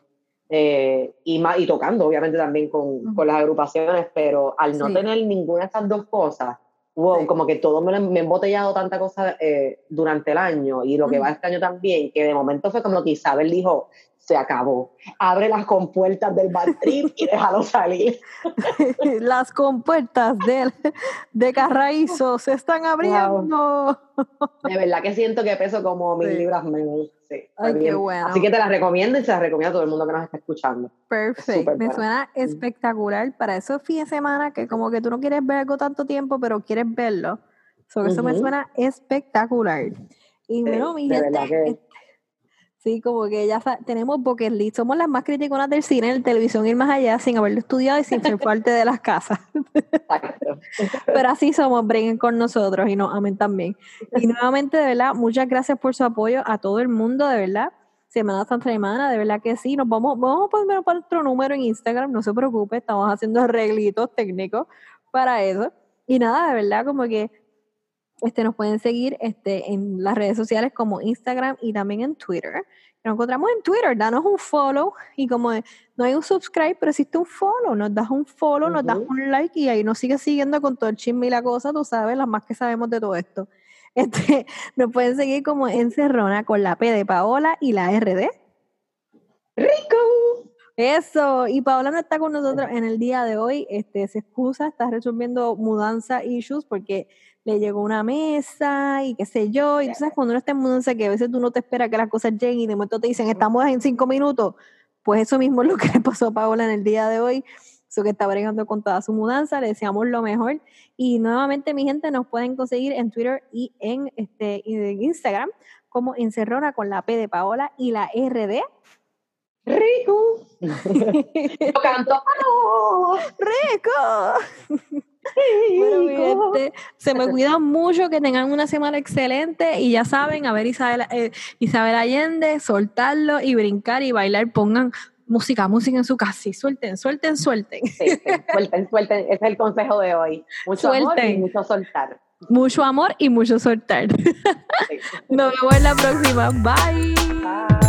Y tocando, obviamente, también con las agrupaciones, pero al no tener ninguna de estas dos cosas, como que todo me he embotellado tanta cosa durante el año y lo que va este año también, que de momento fue como que Isabel dijo, se acabó, abre las compuertas del bad trip y déjalo salir. Las compuertas de Carraízo se están abriendo. Wow. De verdad que siento que peso como 1000 libras menos. Sí, ay, qué bueno. Así que te las recomiendo y se las recomiendo a todo el mundo que nos está escuchando. Perfecto. Me suena espectacular para esos fines de semana que como que tú no quieres ver algo tanto tiempo, pero quieres verlo. Eso me suena espectacular. Y bueno, mi gente, sí, como que ya tenemos bucket list. Somos las más criticonas del cine, en la televisión ir más allá, sin haberlo estudiado y sin ser parte de las casas. Exacto. Pero así somos, breguen con nosotros y nos amen también. Y nuevamente, de verdad, muchas gracias por su apoyo a todo el mundo, de verdad. Semana tras semana, de verdad que sí. Vamos a poner para otro número en Instagram, no se preocupe, estamos haciendo arreglitos técnicos para eso. Y nada, de verdad, como que nos pueden seguir en las redes sociales como Instagram y también en Twitter. Nos encontramos en Twitter, danos un follow y como no hay un subscribe, pero existe un follow, nos das un follow, nos das un like y ahí nos sigues siguiendo con todo el chisme y la cosa, tú sabes, las más que sabemos de todo esto. Nos pueden seguir como Encerrona con la P de Paola y la R de ¡Rico! Eso, y Paola no está con nosotros en el día de hoy, se excusa, está resolviendo mudanza issues porque le llegó una mesa y qué sé yo, y tú sabes cuando uno está en mudanza que a veces tú no te esperas que las cosas lleguen y de momento te dicen estamos en 5 minutos, pues eso mismo es lo que le pasó a Paola en el día de hoy, eso que está bregando con toda su mudanza, le deseamos lo mejor, y nuevamente mi gente nos pueden conseguir en Twitter y en Instagram como Encerrona con la P de Paola y la R de ¡Rico! Yo canto ¡Rico! Bueno, mi gente, se me cuidan mucho, que tengan una semana excelente y ya saben, a ver Isabel Allende, soltarlo y brincar y bailar, pongan música en su casa y suelten. Sí, suelten, ese es el consejo de hoy. Mucho amor y mucho soltar. Mucho amor y mucho soltar. Sí. Nos vemos en la próxima. Bye.